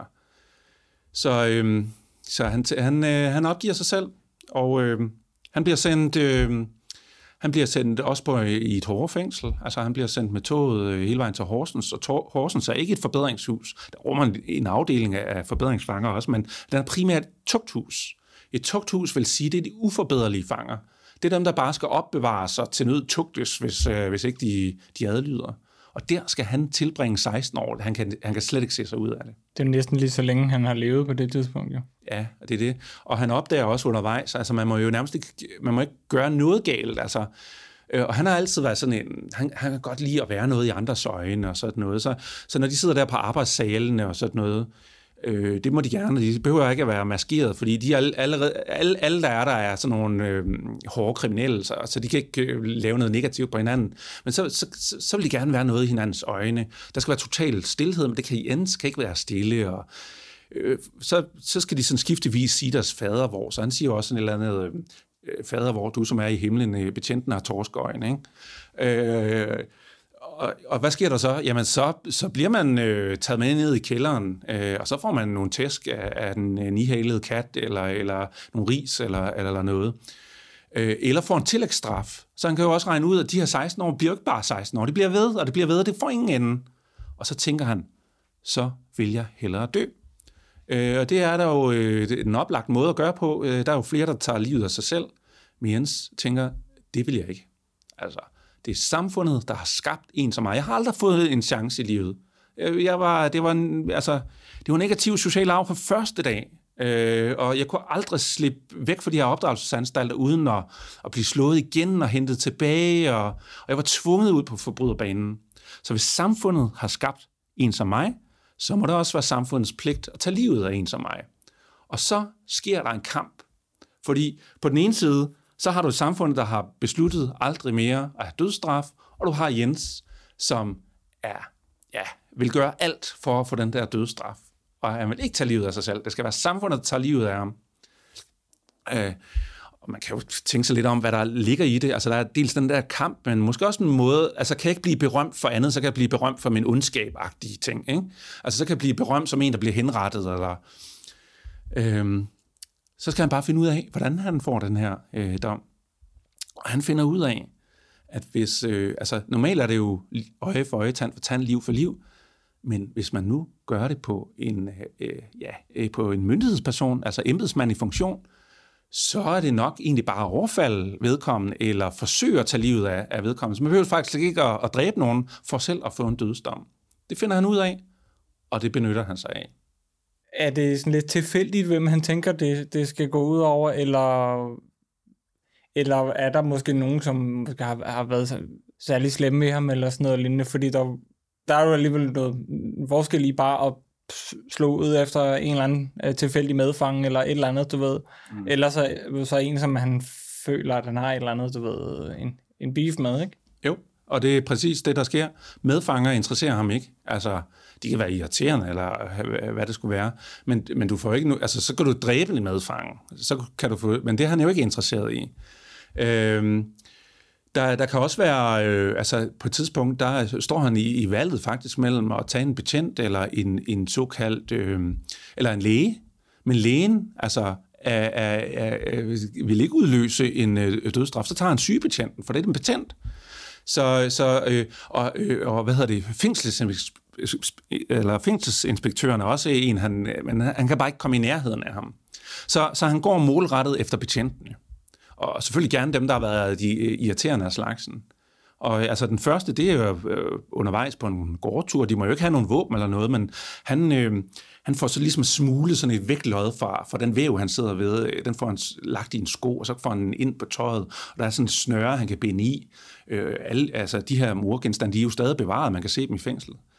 Så, øh, så han, han, øh, han opgiver sig selv, og øh, han bliver sendt... Øh, Han bliver sendt også på i et hårde fængsel. Altså han bliver sendt med toget hele vejen til Horsens, og Horsens er ikke et forbedringshus. Der rummer en afdeling af forbedringsfanger også, men den er primært et tugthus. Et tugthus vil sige, det er de uforbederlige fanger. Det er dem, der bare skal opbevares og til nød tugtes, hvis, hvis ikke de, de adlyder. Og der skal han tilbringe seksten år. Han kan, han kan slet ikke se sig ud af det. Det er næsten lige så længe, han har levet på det tidspunkt, jo. Ja, det er det. Og han opdager også undervejs, altså man må jo nærmest ikke, man må ikke gøre noget galt, altså. Og han har altid været sådan en, han, han kan godt lide at være noget i andres øjne og sådan noget. Så, så når de sidder der på arbejdssalene og sådan noget, øh, det må de gerne. De behøver ikke at være maskeret, fordi de er allerede, alle, alle der er der er sådan nogle øh, hårde kriminelle, så, så de kan ikke øh, lave noget negativt på hinanden. Men så, så, så, så vil de gerne være noget i hinandens øjne. Der skal være total stilhed, men det kan, ends, kan ikke være stille. Og, øh, så, så skal de sådan skiftevis sige deres fadervor. Så han siger også sådan et eller andet... Øh, fader, hvor du som er i himlen, betjenten har torskøjen, ikke? Øh, og, og hvad sker der så? Jamen, så, så bliver man øh, taget med ned i kælderen, øh, og så får man nogle tæsk af, af den øh, nihalede kat, eller, eller nogle ris, eller, eller noget. Øh, eller får en tillægsstraf. Så han kan jo også regne ud, at de her seksten år bliver ikke bare seksten år. Det bliver ved, og det bliver ved, og det får ingen ende. Og så tænker han, så vil jeg hellere dø. Øh, og det er der jo øh, en oplagt måde at gøre på. Øh, der er jo flere, der tager livet af sig selv. Men Jens tænker, det vil jeg ikke. Altså, det er samfundet, der har skabt en som mig. Jeg har aldrig fået en chance i livet. Jeg var, det, var en, altså, det var en negativ social arv fra første dag. Øh, og jeg kunne aldrig slippe væk fra de her opdragelsesanstalter, uden at, at blive slået igen og hentet tilbage. Og, og jeg var tvunget ud på forbryderbanen. Så hvis samfundet har skabt en som mig, så må det også være samfundets pligt at tage livet af en som mig. Og så sker der en kamp. Fordi på den ene side, så har du et samfund, der har besluttet aldrig mere at have dødsstraf, og du har Jens, som er, ja, vil gøre alt for at få den der dødsstraf. Og han vil ikke tage livet af sig selv. Det skal være samfundet, der tager livet af ham. Øh, og man kan jo tænke sig lidt om, hvad der ligger i det. Altså, der er dels den der kamp, men måske også en måde, altså kan jeg ikke blive berømt for andet, så kan jeg blive berømt for min ondskab-agtige ting, ikke? Altså, så kan jeg blive berømt som en, der bliver henrettet, eller... Øhm, så skal han bare finde ud af, hvordan han får den her øh, dom. Og han finder ud af, at hvis... Øh, altså, normalt er det jo øje for øje, tand for tand, liv for liv, men hvis man nu gør det på en, øh, ja, på en myndighedsperson, altså embedsmand i funktion, så er det nok egentlig bare at overfalde vedkommende, eller forsøge at tage livet af, af vedkommende. Så man behøver faktisk ikke at, at dræbe nogen, for selv at få en dødsdom. Det finder han ud af, og det benytter han sig af. Er det sådan lidt tilfældigt, hvem han tænker, det, det skal gå ud over, eller, eller er der måske nogen, som måske har, har været særlig slemme med ham, eller sådan noget lignende, fordi der, der er jo alligevel noget forskel i bare at slå ud efter en eller anden uh, tilfældig medfang, eller et eller andet, du ved. Mm. Eller så, så en, som han føler, at han har et eller andet, du ved, en, en beef med, ikke? Jo, og det er præcis det, der sker. Medfanger interesserer ham ikke. Altså, de kan være irriterende, eller hvad det skulle være. Men, men du får ikke nu, altså, så kan du dræbe en medfanger. Så kan du få, men det er han jo ikke interesseret i. Øhm, Der, der kan også være, øh, altså på et tidspunkt, der står han i, i valget faktisk mellem at tage en betjent eller en, en såkaldt, øh, eller en læge. Men lægen, altså, er, er, er, vil ikke udløse en øh, dødsstraf, så tager han sygebetjenten, for det er en betjent. Så, så øh, og, øh, og hvad hedder det, fængsels, eller fængselsinspektøren er også en, han, men han kan bare ikke komme i nærheden af ham. Så, så han går målrettet efter betjentene. Og selvfølgelig gerne dem, der har været de irriterende af slagsen. Og altså den første, det er jo øh, undervejs på en gårdtur. De må jo ikke have nogen våben eller noget, men han, øh, han får så ligesom smuglet sådan et vægtlod fra, fra den væv, han sidder ved. Den får han lagt i en sko, og så får han ind på tøjet. Og der er sådan en snøre, han kan binde i. Øh, alle, altså de her mordgenstande, de er jo stadig bevaret, man kan se dem i fængslet.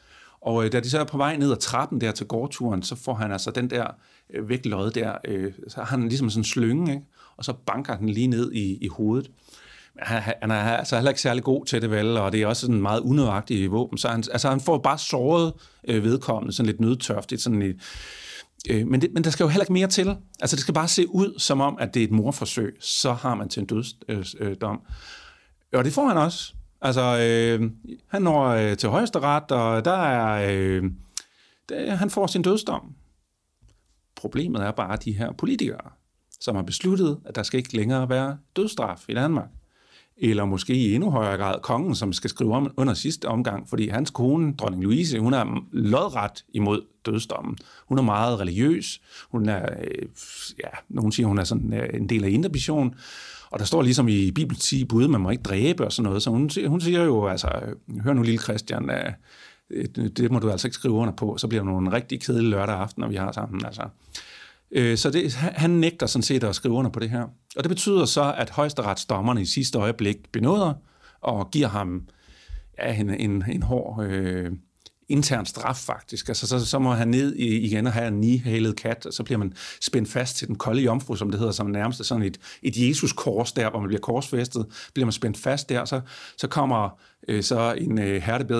Og øh, da de så er på vej ned ad trappen der til gårdturen, så får han altså den der øh, vægtlod der, øh, så har han ligesom sådan en slynge, ikke? Og så banker den lige ned i, i hovedet. Han, han er altså heller ikke særlig god til det, vel, og det er også sådan en meget unøjagtig våben, så han, altså han får bare såret øh, vedkommende, sådan lidt nødtørftigt, sådan et, øh, men, det, men der skal jo heller ikke mere til. Altså det skal bare se ud, som om, at det er et mordforsøg, så har man til en dødsdom. Øh, og det får han også. Altså, øh, han når øh, til højesteret, og der er, øh, der, han får sin dødsdom. Problemet er bare de her politikere, som har besluttet, at der skal ikke længere være dødsstraf i Danmark. Eller måske i endnu højere grad kongen, som skal skrive om under sidste omgang, fordi hans kone, dronning Louise, hun er lodret imod dødsdommen. Hun er meget religiøs. Hun er, øh, ja, nogen siger, hun er sådan øh, en del af Indre-Mission. Og der står ligesom i Bibelen ti bud, man må ikke dræbe og sådan noget. Så hun, hun siger jo, altså, hør nu lille Christian, øh, det må du altså ikke skrive under på, så bliver det nogle rigtig kedelige lørdag aftener, vi har sammen, altså. Så det, han nægter sådan set at skrive under på det her. Og det betyder så, at højesteretsdommerne i sidste øjeblik benåder og giver ham ja, en, en, en hård øh, intern straf faktisk. Altså, så, så må han ned igen og have en nihalet kat, og så bliver man spændt fast til den kolde jomfru, som det hedder, som nærmest sådan et, et Jesus-kors der, hvor man bliver korsfæstet. Bliver man spændt fast der, så, så kommer øh, så en øh,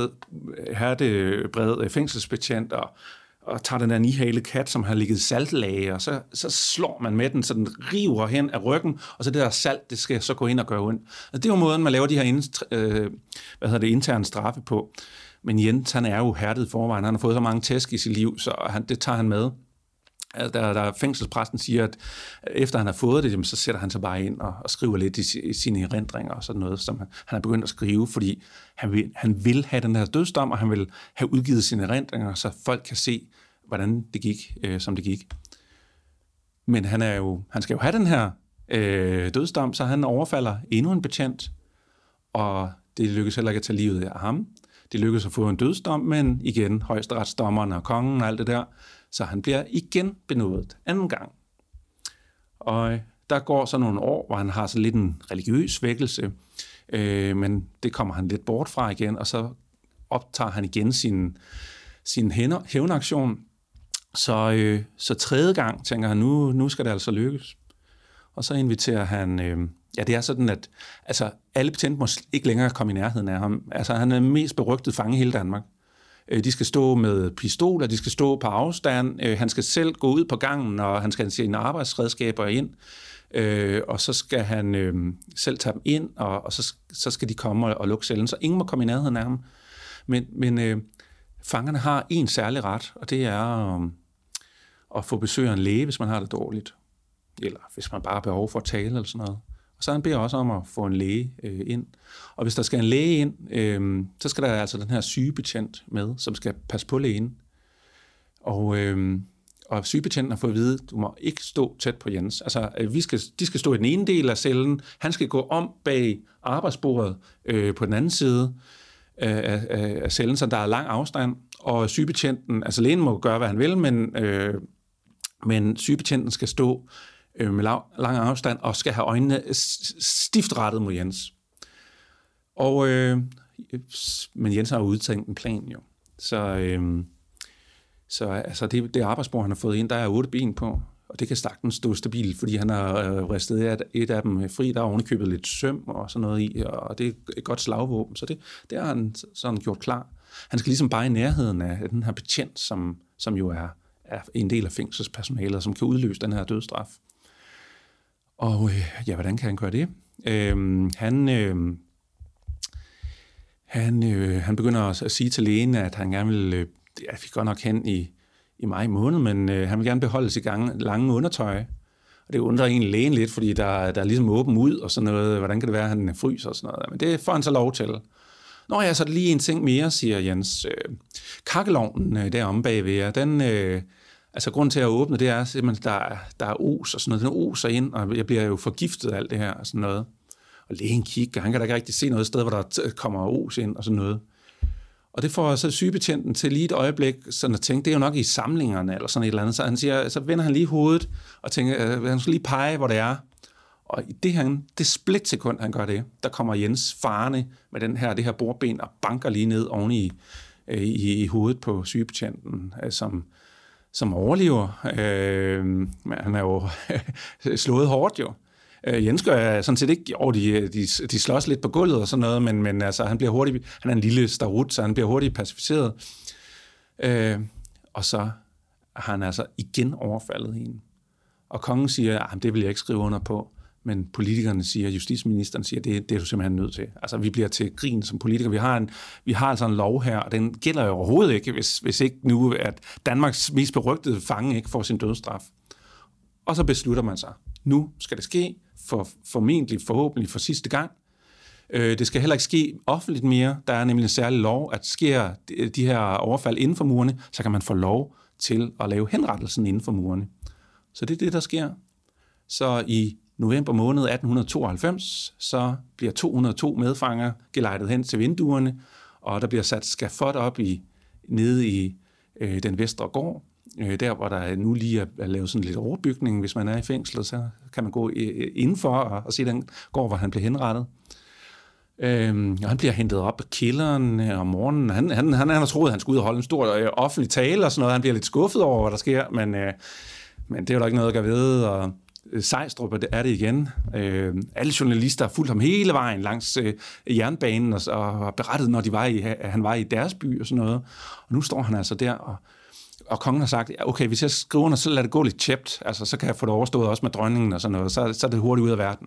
hertebred fængselsbetjent og og tager den der nihalede kat, som har ligget saltlage, og så, så slår man med den, så den river hen af ryggen, og så det der salt, det skal så gå ind og gøre ondt. Og det er jo måden, man laver de her ind, øh, hvad hedder det, interne straffe på. Men Jens, han er jo hærdet i forvejen. Han har fået så mange tæsk i sit liv, så han, det tager han med. Der, der fængselspræsten siger, at efter han har fået det, så sætter han sig bare ind og, og skriver lidt i, i sine erindringer og sådan noget, som han, han er begyndt at skrive, fordi han vil, han vil have den her dødsdom, og han vil have udgivet sine erindringer, så folk kan se, hvordan det gik, øh, som det gik. Men han, er jo, han skal jo have den her øh, dødsdom, så han overfalder endnu en betjent, og det lykkes heller ikke at tage livet af ham. Det lykkes at få en dødsdom, men igen, højesteretsdommeren og kongen og alt det der, så han bliver igen benådet anden gang. Og der går så nogle år, hvor han har så lidt en religiøs vækkelse, øh, men det kommer han lidt bort fra igen, og så optager han igen sin, sin hævnaktion. Så, øh, så tredje gang tænker han, nu, nu skal det altså lykkes. Og så inviterer han, øh, ja det er sådan, at altså, alle betjente må ikke længere komme i nærheden af ham. Altså han er den mest berygtede fange i hele Danmark. De skal stå med pistoler, de skal stå på afstand, han skal selv gå ud på gangen, og han skal have sine arbejdsredskaber ind, og så skal han selv tage dem ind, og så, så skal de komme og lukke cellen, så ingen må komme i nærheden af ham. Men, men fangerne har en særlig ret, og det er at få besøg af en læge, hvis man har det dårligt, eller hvis man bare har behov for at tale eller sådan noget. Og så han beder også om at få en læge øh, ind. Og hvis der skal en læge ind, øh, så skal der altså den her sygebetjent med, som skal passe på lægen. Og, øh, og sygebetjenten har fået at vide, du må ikke stå tæt på Jens. Altså, vi skal, de skal stå i den ene del af cellen. Han skal gå om bag arbejdsbordet øh, på den anden side af, af, af cellen, så der er lang afstand. Og sygebetjenten, altså lægen må gøre, hvad han vil, men, øh, men sygebetjenten skal stå med lang afstand, og skal have øjnene stift rettet mod Jens. Og, øh, men Jens har jo udtænkt en plan, jo. Så, øh, så altså det, det arbejdsbord, han har fået ind, der er otte ben på, og det kan sagtens stå stabilt, fordi han har øh, ristet et af dem fri, der er ovenikøbet lidt søm og sådan noget i, og det er et godt slagvåben, så det, det har han sådan gjort klar. Han skal ligesom bare i nærheden af den her betjent, som, som jo er, er en del af fængselspersonalet, som kan udløse den her dødsstraf. Og øh, ja, hvordan kan han gøre det? Øh, han, øh, han, øh, han begynder at sige til lægen, at han gerne vil, øh, jeg fik godt nok hen i, i maj måned, men øh, han vil gerne beholde sit gang, lange undertøj. Og det undrer egentlig lægen lidt, fordi der, der er ligesom åben ud og sådan noget. Hvordan kan det være, at han fryser og sådan noget? Men det får han så lov til. Nå ja, så er det lige en ting mere, siger Jens. Øh, kakkelovnen øh, deromme bagved jer, den... Øh, Altså, grunden til at åbne, det er simpelthen, at der er, der er os og sådan noget. Den oser ind, og jeg bliver jo forgiftet af alt det her og sådan noget. Og lægen kigger, han kan da ikke rigtig se noget sted, hvor der kommer os ind og sådan noget. Og det får så sygebetjenten til lige et øjeblik sådan at tænke, det er jo nok i samlingerne eller sådan et eller andet. Så han siger, så vender han lige hovedet og tænker, han skal lige pege, hvor det er. Og i det her, det splitsekund, han gør det, der kommer Jens farne med den her, det her bordben og banker lige ned oven i, øh, i, i hovedet på sygebetjenten, øh, som, som overlever. Øh, han er jo slået hårdt jo. Øh, Jens gør sådan set ikke, og de, de, de slås lidt på gulvet og sådan noget, men, men altså, han bliver hurtigt, han er en lille starut, så han bliver hurtigt pacificeret. Øh, og så har han altså igen overfaldet hende. Og kongen siger, at det vil jeg ikke skrive under på. Men politikerne siger, justitsministeren siger, det, det er du simpelthen nødt til. Altså, vi bliver til grin som politikere. Vi har, en, vi har altså en lov her, og den gælder jo overhovedet ikke, hvis, hvis ikke nu, at Danmarks mest berygtede fange ikke får sin dødsstraf. Og så beslutter man sig. Nu skal det ske, for formentlig, forhåbentlig for sidste gang. Øh, det skal heller ikke ske offentligt mere. Der er nemlig en særlig lov, at sker de, de her overfald inden for murene, så kan man få lov til at lave henrettelsen inden for murene. Så det er det, der sker. Så i november måned atten tooghalvfems, så bliver to hundrede og to medfanger gelejtet hen til vinduerne, og der bliver sat skafot op i, nede i øh, den vestre gård, øh, der hvor der nu lige er, er lavet sådan lidt overbygning. Hvis man er i fængslet, så kan man gå øh, indenfor og, og se den gård, hvor han bliver henrettet. Øh, og han bliver hentet op af kælderen øh, om morgenen. Han, han, han, han har troet, at han skulle ud og holde en stor øh, offentlig tale og sådan noget. Han bliver lidt skuffet over, hvad der sker, men, øh, men det er jo der ikke noget at gøre ved, og Sejstrup er det igen. Øh, alle journalister har fulgt ham hele vejen langs øh, jernbanen og, og berettet, når de var i, han var i deres by og sådan noget. Og nu står han altså der, og, og kongen har sagt, okay, hvis jeg skriver under, så lad det gå lidt tjept, altså, så kan jeg få det overstået også med dronningen og sådan noget, så, så er det hurtigt ud af verden.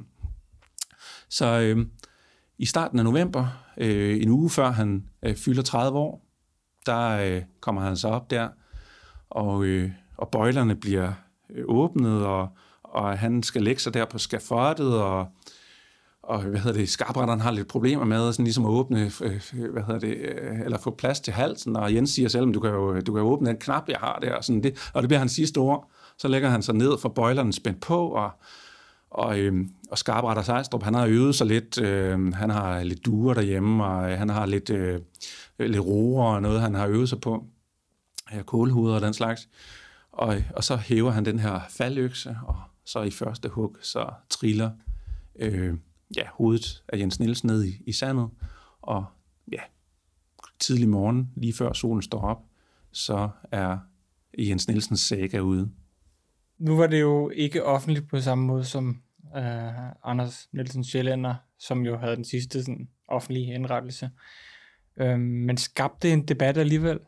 Så øh, i starten af november, øh, en uge før han øh, fylder tredive år, der øh, kommer han så op der, og, øh, og bøjlerne bliver øh, åbnet, og og han skal lægge sig der på skafottet, og, og hvad hedder det, skarpretteren har lidt problemer med sådan ligesom at åbne, hvad hedder det, eller få plads til halsen, og Jens siger selv, du kan jo, du kan jo åbne den knap, jeg har der, og, sådan det, og det bliver hans sidste ord. Så lægger han sig ned for bøjlerne spændt på, og, og, øhm, og skarpretter Sejstrup, han har øvet sig lidt, øh, han har lidt duer derhjemme, og han har lidt, øh, lidt roer og noget, han har øvet sig på, ja, kålhuder og den slags, og, og så hæver han den her faldøkse, og så i første hug, så triller øh, ja, hovedet af Jens Nielsen ned i, i sandet, og ja, tidlig morgen, lige før solen står op, så er Jens Nielsens saga ude. Nu var det jo ikke offentligt på samme måde som øh, Anders Nielsen Sjællænder, som jo havde den sidste sådan, offentlige henrettelse. Øh, men skabte en debat alligevel?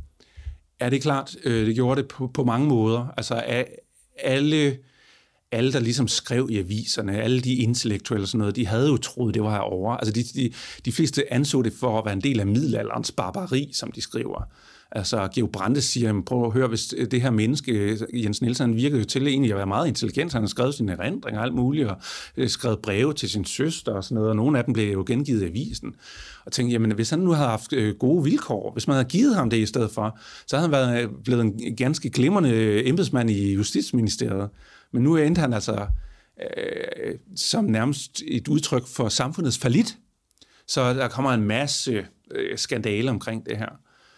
Ja, det er klart. Det gjorde det på, på mange måder. Altså alle... alle, der ligesom skrev i aviserne, alle de intellektuelle og sådan noget, de havde jo troet, det var herovre. Altså, de, de, de fleste anså det for at være en del af middelalderens barbari, som de skriver. Altså, Georg Brandes siger, prøv at høre, hvis det her menneske, Jens Nielsen, han virkede jo til egentlig at være meget intelligent. Han har skrevet sine erindringer og alt muligt, og skrevet breve til sin søster og sådan noget, og nogle af dem blev jo gengivet i avisen. Og tænkte, jamen, hvis han nu havde haft gode vilkår, hvis man havde givet ham det i stedet for, så havde han været blevet en ganske glimrende embedsmand i Justitsministeriet. Men nu endte han altså øh, som nærmest et udtryk for samfundets fallit. Så der kommer en masse øh, skandaler omkring det her.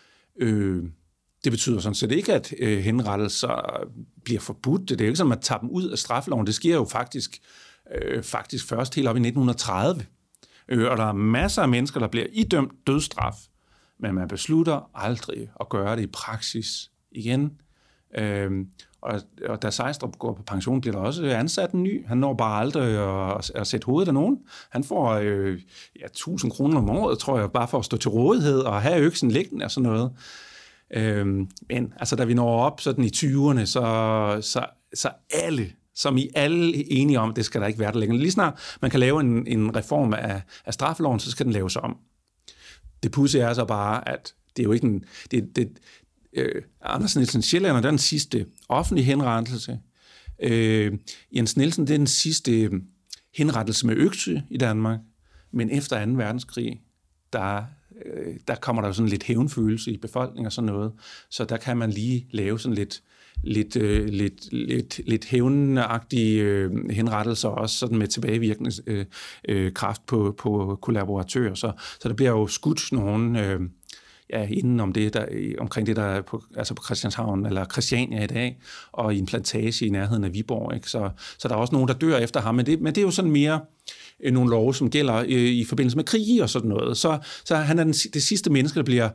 Øh, det betyder sådan set ikke, at øh, henrettelser bliver forbudt. Det er jo ikke sådan, at man tager dem ud af straffeloven. Det sker jo faktisk, øh, faktisk først helt op i nitten tredive. Øh, og der er masser af mennesker, der bliver idømt dødsstraf, men man beslutter aldrig at gøre det i praksis igen. Øh, Og, og da Sejstrup går på pension, bliver der også ansat en ny. Han når bare aldrig at, at sætte hovedet af nogen. Han får øh, ja, tusind kroner om året, tror jeg, bare for at stå til rådighed og have øksen liggende og sådan noget. Øhm, men altså, da vi når op sådan i tyverne, så, så, så alle, som I alle enige om, det skal der ikke være der længere. Lige snart man kan lave en, en reform af, af straffeloven, så skal den laves om. Det pudsige er så bare, at det er jo ikke en... Det, det, Øh, Anders Nielsen Sjællænder, det er den sidste offentlige henrettelse. Øh, Jens Nielsen, det er den sidste henrettelse med økse i Danmark. Men efter anden verdenskrig, der, øh, der kommer der jo sådan lidt hævnfølelse i befolkningen og sådan noget. Så der kan man lige lave sådan lidt, lidt, øh, lidt, lidt, lidt hævnagtige øh, henrettelser, også sådan med tilbagevirkende øh, øh, kraft på, på kollaboratører. Så, så der bliver jo skudt nogle... Øh, ja, inden om det, der, omkring det, der er på, altså på Christianshavn, eller Christiania i dag, og i en plantage i nærheden af Viborg. Ikke? Så, så der er også nogen, der dør efter ham, men det, men det er jo sådan mere øh, nogle love, som gælder øh, i forbindelse med krige og sådan noget. Så, så han er den, det sidste menneske, der bliver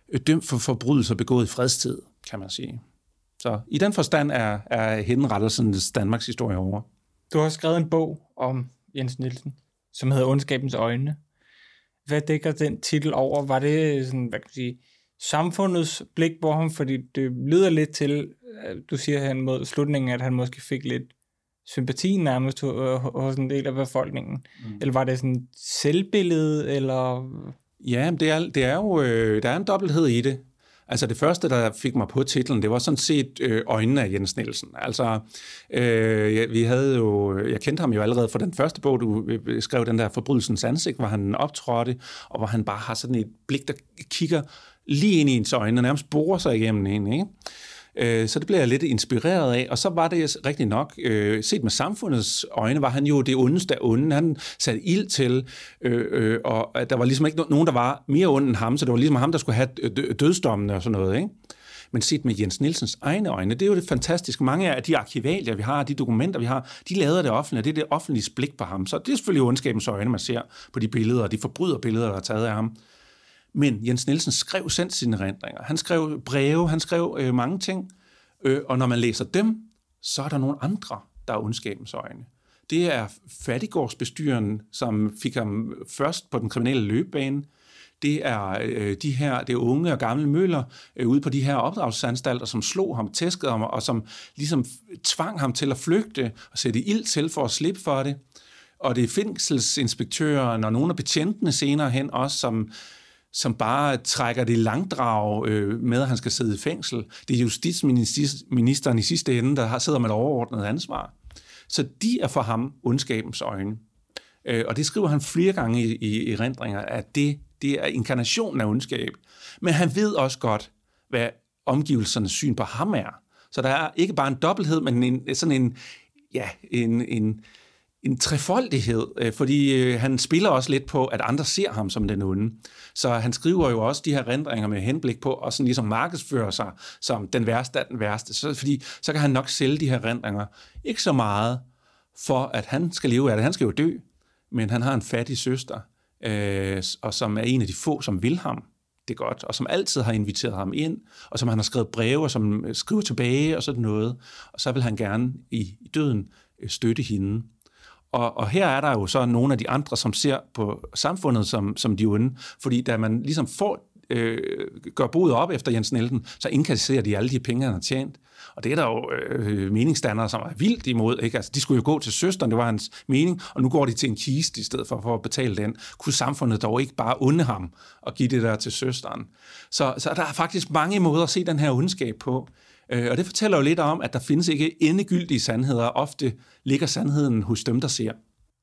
dømt for forbrydelser begået i fredstid, kan man sige. Så i den forstand er, er henrettelsens Danmarks historie over. Du har skrevet en bog om Jens Nielsen, som hedder Ondskabens øjne. Hvad dækker den titel over? Var det sådan, hvad kan man sige, samfundets blik på ham? Fordi det lyder lidt til, du siger her mod slutningen, at han måske fik lidt sympati nærmest hos en del af befolkningen. Mm. Eller var det sådan selvbillede, eller... Ja, det er, det er jo, øh, der er en dobbelthed i det. Altså det første, der fik mig på titlen, det var sådan set øh, øjnene af Jens Nielsen. Altså, øh, vi havde jo, jeg kendte ham jo allerede fra den første bog, du skrev, den der Forbrydelsens ansigt, hvor han optrådte, og hvor han bare har sådan et blik, der kigger lige ind i ens øjne, og nærmest borer sig igennem en, ikke? Så det blev jeg lidt inspireret af, og så var det rigtig nok, øh, set med samfundets øjne, var han jo det ondeste af onde. Han satte ild til, øh, øh, og der var ligesom ikke nogen, der var mere ond end ham, så det var ligesom ham, der skulle have dødsdommene og sådan noget, ikke? Men set med Jens Nielsens egne øjne, det er jo det fantastiske. Mange af de arkivalier, vi har, de dokumenter, vi har, de lavede det offentlige, det er det offentlige blik på ham. Så det er selvfølgelig ondskabens øjne, man ser på de billeder, de forbryderbilleder, der er taget af ham. Men Jens Nielsen skrev selv sine erindringer. Han skrev breve, han skrev øh, mange ting. Øh, og når man læser dem, så er der nogle andre, der er ondskabens øjne. Det er fattiggårdsbestyren, som fik ham først på den kriminelle løbebane. Det er øh, de her, det er unge og gamle møller øh, ude på de her opdragelsesanstalter, som slog ham, tæskede ham, og som ligesom tvang ham til at flygte og sætte ild til for at slippe for det. Og det er fængselsinspektøren og nogle af betjentene senere hen også, som som bare trækker det langdrag øh, med, at han skal sidde i fængsel. Det er justitsministeren i sidste ende, der har, sidder med et overordnet ansvar. Så de er for ham ondskabens øjne. Øh, og det skriver han flere gange i, i erindringer, at det, det er inkarnationen af ondskab. Men han ved også godt, hvad omgivelsernes syn på ham er. Så der er ikke bare en dobbelthed, men en, sådan en, ja, en, en, en trefoldighed, fordi øh, han spiller også lidt på, at andre ser ham som den onde. Så han skriver jo også de her erindringer med henblik på at sådan ligesom markedsføre sig som den værste af den værste. Så, fordi så kan han nok sælge de her erindringer. Ikke så meget for, at han skal leve af det. Han skal jo dø, men han har en fattig søster, øh, og som er en af de få, som vil ham det godt, og som altid har inviteret ham ind, og som han har skrevet breve, og som skriver tilbage og sådan noget. Og så vil han gerne i, i døden støtte hende. Og, og her er der jo så nogle af de andre, som ser på samfundet som, som de onde, fordi da man ligesom får, øh, gør boet op efter Jens Nielsen, så indkasserer de alle de penge, han har tjent. Og det er der jo øh, meningsdannere, som er vildt imod, ikke? Altså, de skulle jo gå til søsteren, det var hans mening, og nu går de til en kiste i stedet for, for at betale den. Kunne samfundet dog ikke bare unde ham og give det der til søsteren? Så, så der er faktisk mange måder at se den her ondskab på. Øh, og det fortæller jo lidt om, at der findes ikke endegyldige sandheder. Ofte ligger sandheden hos dem, der ser.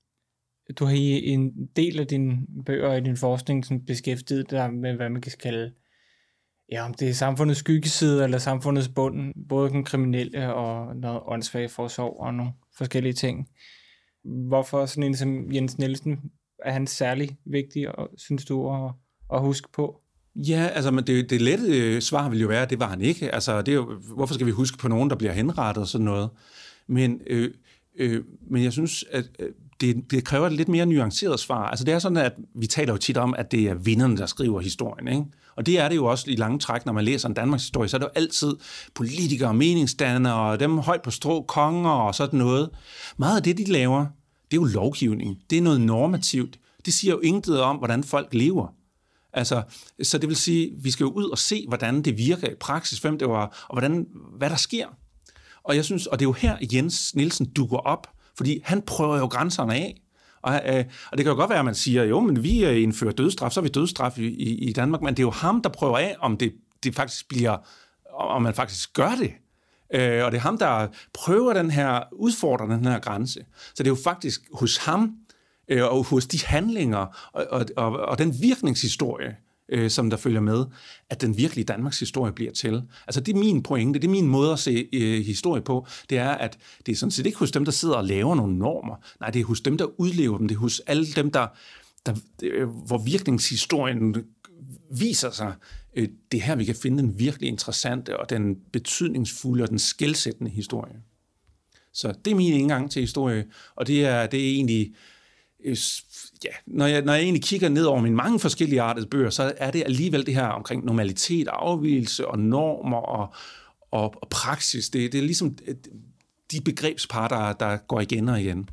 Du har i en del af dine bøger og i din forskning sådan beskæftiget dig med, hvad man kan kalde, ja, om det er samfundets skyggeside eller samfundets bund, både den kriminelle og noget åndssvage forsorg og nogle forskellige ting. Hvorfor sådan en som Jens Nielsen er han særlig vigtig, synes du, at, at huske på? Ja, altså men det, det lette svar vil jo være, at det var han ikke. Altså, det er jo, hvorfor skal vi huske på nogen, der bliver henrettet og sådan noget? Men, øh, øh, men jeg synes, at det, det kræver et lidt mere nuanceret svar. Altså det er sådan, at vi taler jo tit om, at det er vinderne, der skriver historien, ikke? Og det er det jo også i lange træk, når man læser en Danmarks historie, så er det jo altid politikere og meningsdannere, og dem højt på strå, konger og sådan noget. Meget af det, de laver, det er jo lovgivning. Det er noget normativt. Det siger jo intet om, hvordan folk lever. Altså, så det vil sige, vi skal jo ud og se, hvordan det virker i praksis, hvem det var, og hvordan, hvad der sker. Og jeg synes, og det er jo her, Jens Nielsen dukker op, fordi han prøver jo grænserne af. Og, øh, og det kan jo godt være, at man siger, jo, men vi indfører dødsstraf, så er vi dødsstraf i, i, i Danmark, men det er jo ham, der prøver af, om det, det faktisk bliver, om man faktisk gør det. Øh, og det er ham, der prøver den her, udfordrer den her grænse. Så det er jo faktisk hos ham, øh, og hos de handlinger, og, og, og, og den virkningshistorie, øh, som der følger med, at den virkelige Danmarks historie bliver til. Altså det er min pointe, det er min måde at se øh, historie på, det er, at det er sådan set ikke hos dem, der sidder og laver nogle normer. Nej, det er hos dem, der udlever dem. Det er hos alle dem, der, der øh, hvor virkningshistorien viser sig. Øh, det er her, vi kan finde den virkelig interessante og den betydningsfulde og den skelsættende historie. Så det er min indgang til historie, og det er, det er egentlig ja, når jeg, når jeg egentlig kigger ned over mine mange forskellige artede bøger, så er det alligevel det her omkring normalitet, afvigelse og normer og, og, og praksis. Det, det er ligesom de begrebspar, der, der går igen og igen.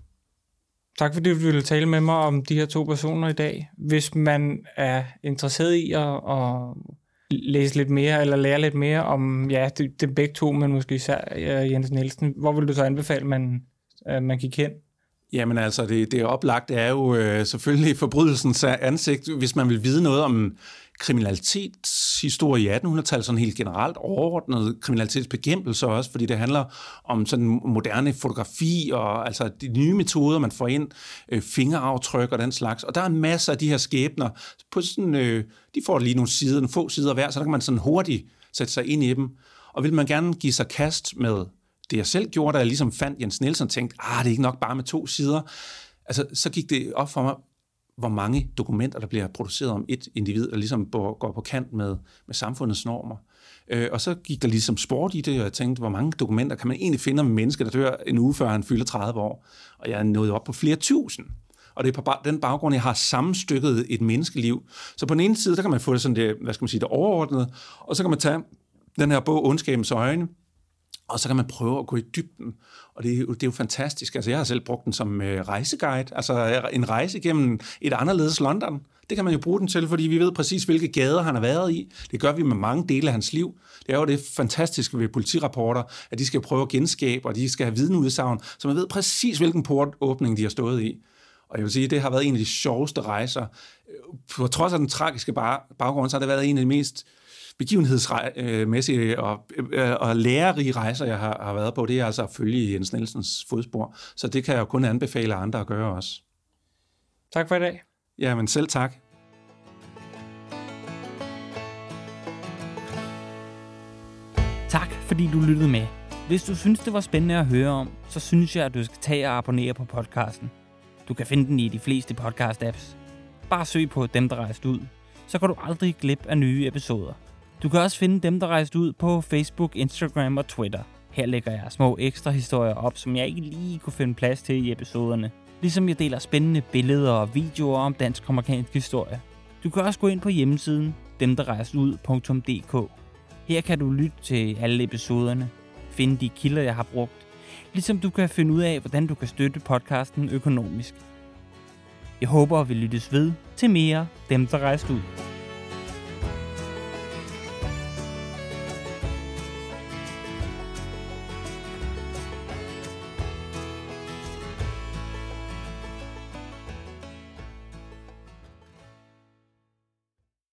Tak fordi du ville tale med mig om de her to personer i dag. Hvis man er interesseret i at, at læse lidt mere, eller lære lidt mere om, ja, det, det begge to, men måske især Jens Nielsen, hvor vil du så anbefale, man, man gik hen? Jamen altså, det, det oplagte er jo øh, selvfølgelig forbrydelsens ansigt, hvis man vil vide noget om kriminalitetshistorie i attenhundredetallet, sådan helt generelt overordnet kriminalitetsbekæmpelse også, fordi det handler om sådan moderne fotografi og altså de nye metoder, man får ind, øh, fingeraftryk og den slags. Og der er masser af de her skæbner. På sådan, øh, de får lige nogle sider, nogle få sider hver, så der kan man sådan hurtigt sætte sig ind i dem. Og vil man gerne give sig kast med det, jeg selv gjorde, da jeg ligesom fandt Jens Nielsen og tænkte, ah, det er ikke nok bare med to sider. Altså, så gik det op for mig, hvor mange dokumenter, der bliver produceret om et individ, der ligesom går på kant med, med samfundets normer. Øh, og så gik der ligesom sport i det, og jeg tænkte, hvor mange dokumenter kan man egentlig finde om en menneske, der dør en uge før han fylder tredive år. Og jeg er nået op på flere tusind. Og det er på den baggrund, jeg har sammenstykket et menneskeliv. Så på den ene side, der kan man få det sådan det, hvad skal man sige, det overordnede, og så kan man tage den her bog, Ondskabens øjne, og så kan man prøve at gå i dybden, og det er, jo, det er jo fantastisk. Altså, jeg har selv brugt den som øh, rejseguide, altså en rejse gennem et anderledes London. Det kan man jo bruge den til, fordi vi ved præcis, hvilke gader han har været i. Det gør vi med mange dele af hans liv. Det er jo det fantastiske ved politirapporter, at de skal prøve at genskabe, og de skal have vidneudsagn, så man ved præcis, hvilken portåbning de har stået i. Og jeg vil sige, at det har været en af de sjoveste rejser. På trods af den tragiske baggrund, så har det været en af de mest begivenhedsmæssige og, og lærerige rejser, jeg har, har været på. Det er altså at følge Jens Nielsens fodspor. Så det kan jeg jo kun anbefale andre at gøre også. Tak for i dag. Jamen selv tak. Tak fordi du lyttede med. Hvis du synes, det var spændende at høre om, så synes jeg, at du skal tage og abonnere på podcasten. Du kan finde den i de fleste podcast-apps. Bare søg på Dem, der rejste ud, så kan du aldrig glip af nye episoder. Du kan også finde Dem, der rejste ud på Facebook, Instagram og Twitter. Her lægger jeg små ekstra historier op, som jeg ikke lige kunne finde plads til i episoderne. Ligesom jeg deler spændende billeder og videoer om dansk-amerikansk historie. Du kan også gå ind på hjemmesiden dem der rejste ud punktum d k. Her kan du lytte til alle episoderne, finde de kilder, jeg har brugt, ligesom du kan finde ud af, hvordan du kan støtte podcasten økonomisk. Jeg håber, at vi lyttes ved til mere Dem, der rejste ud.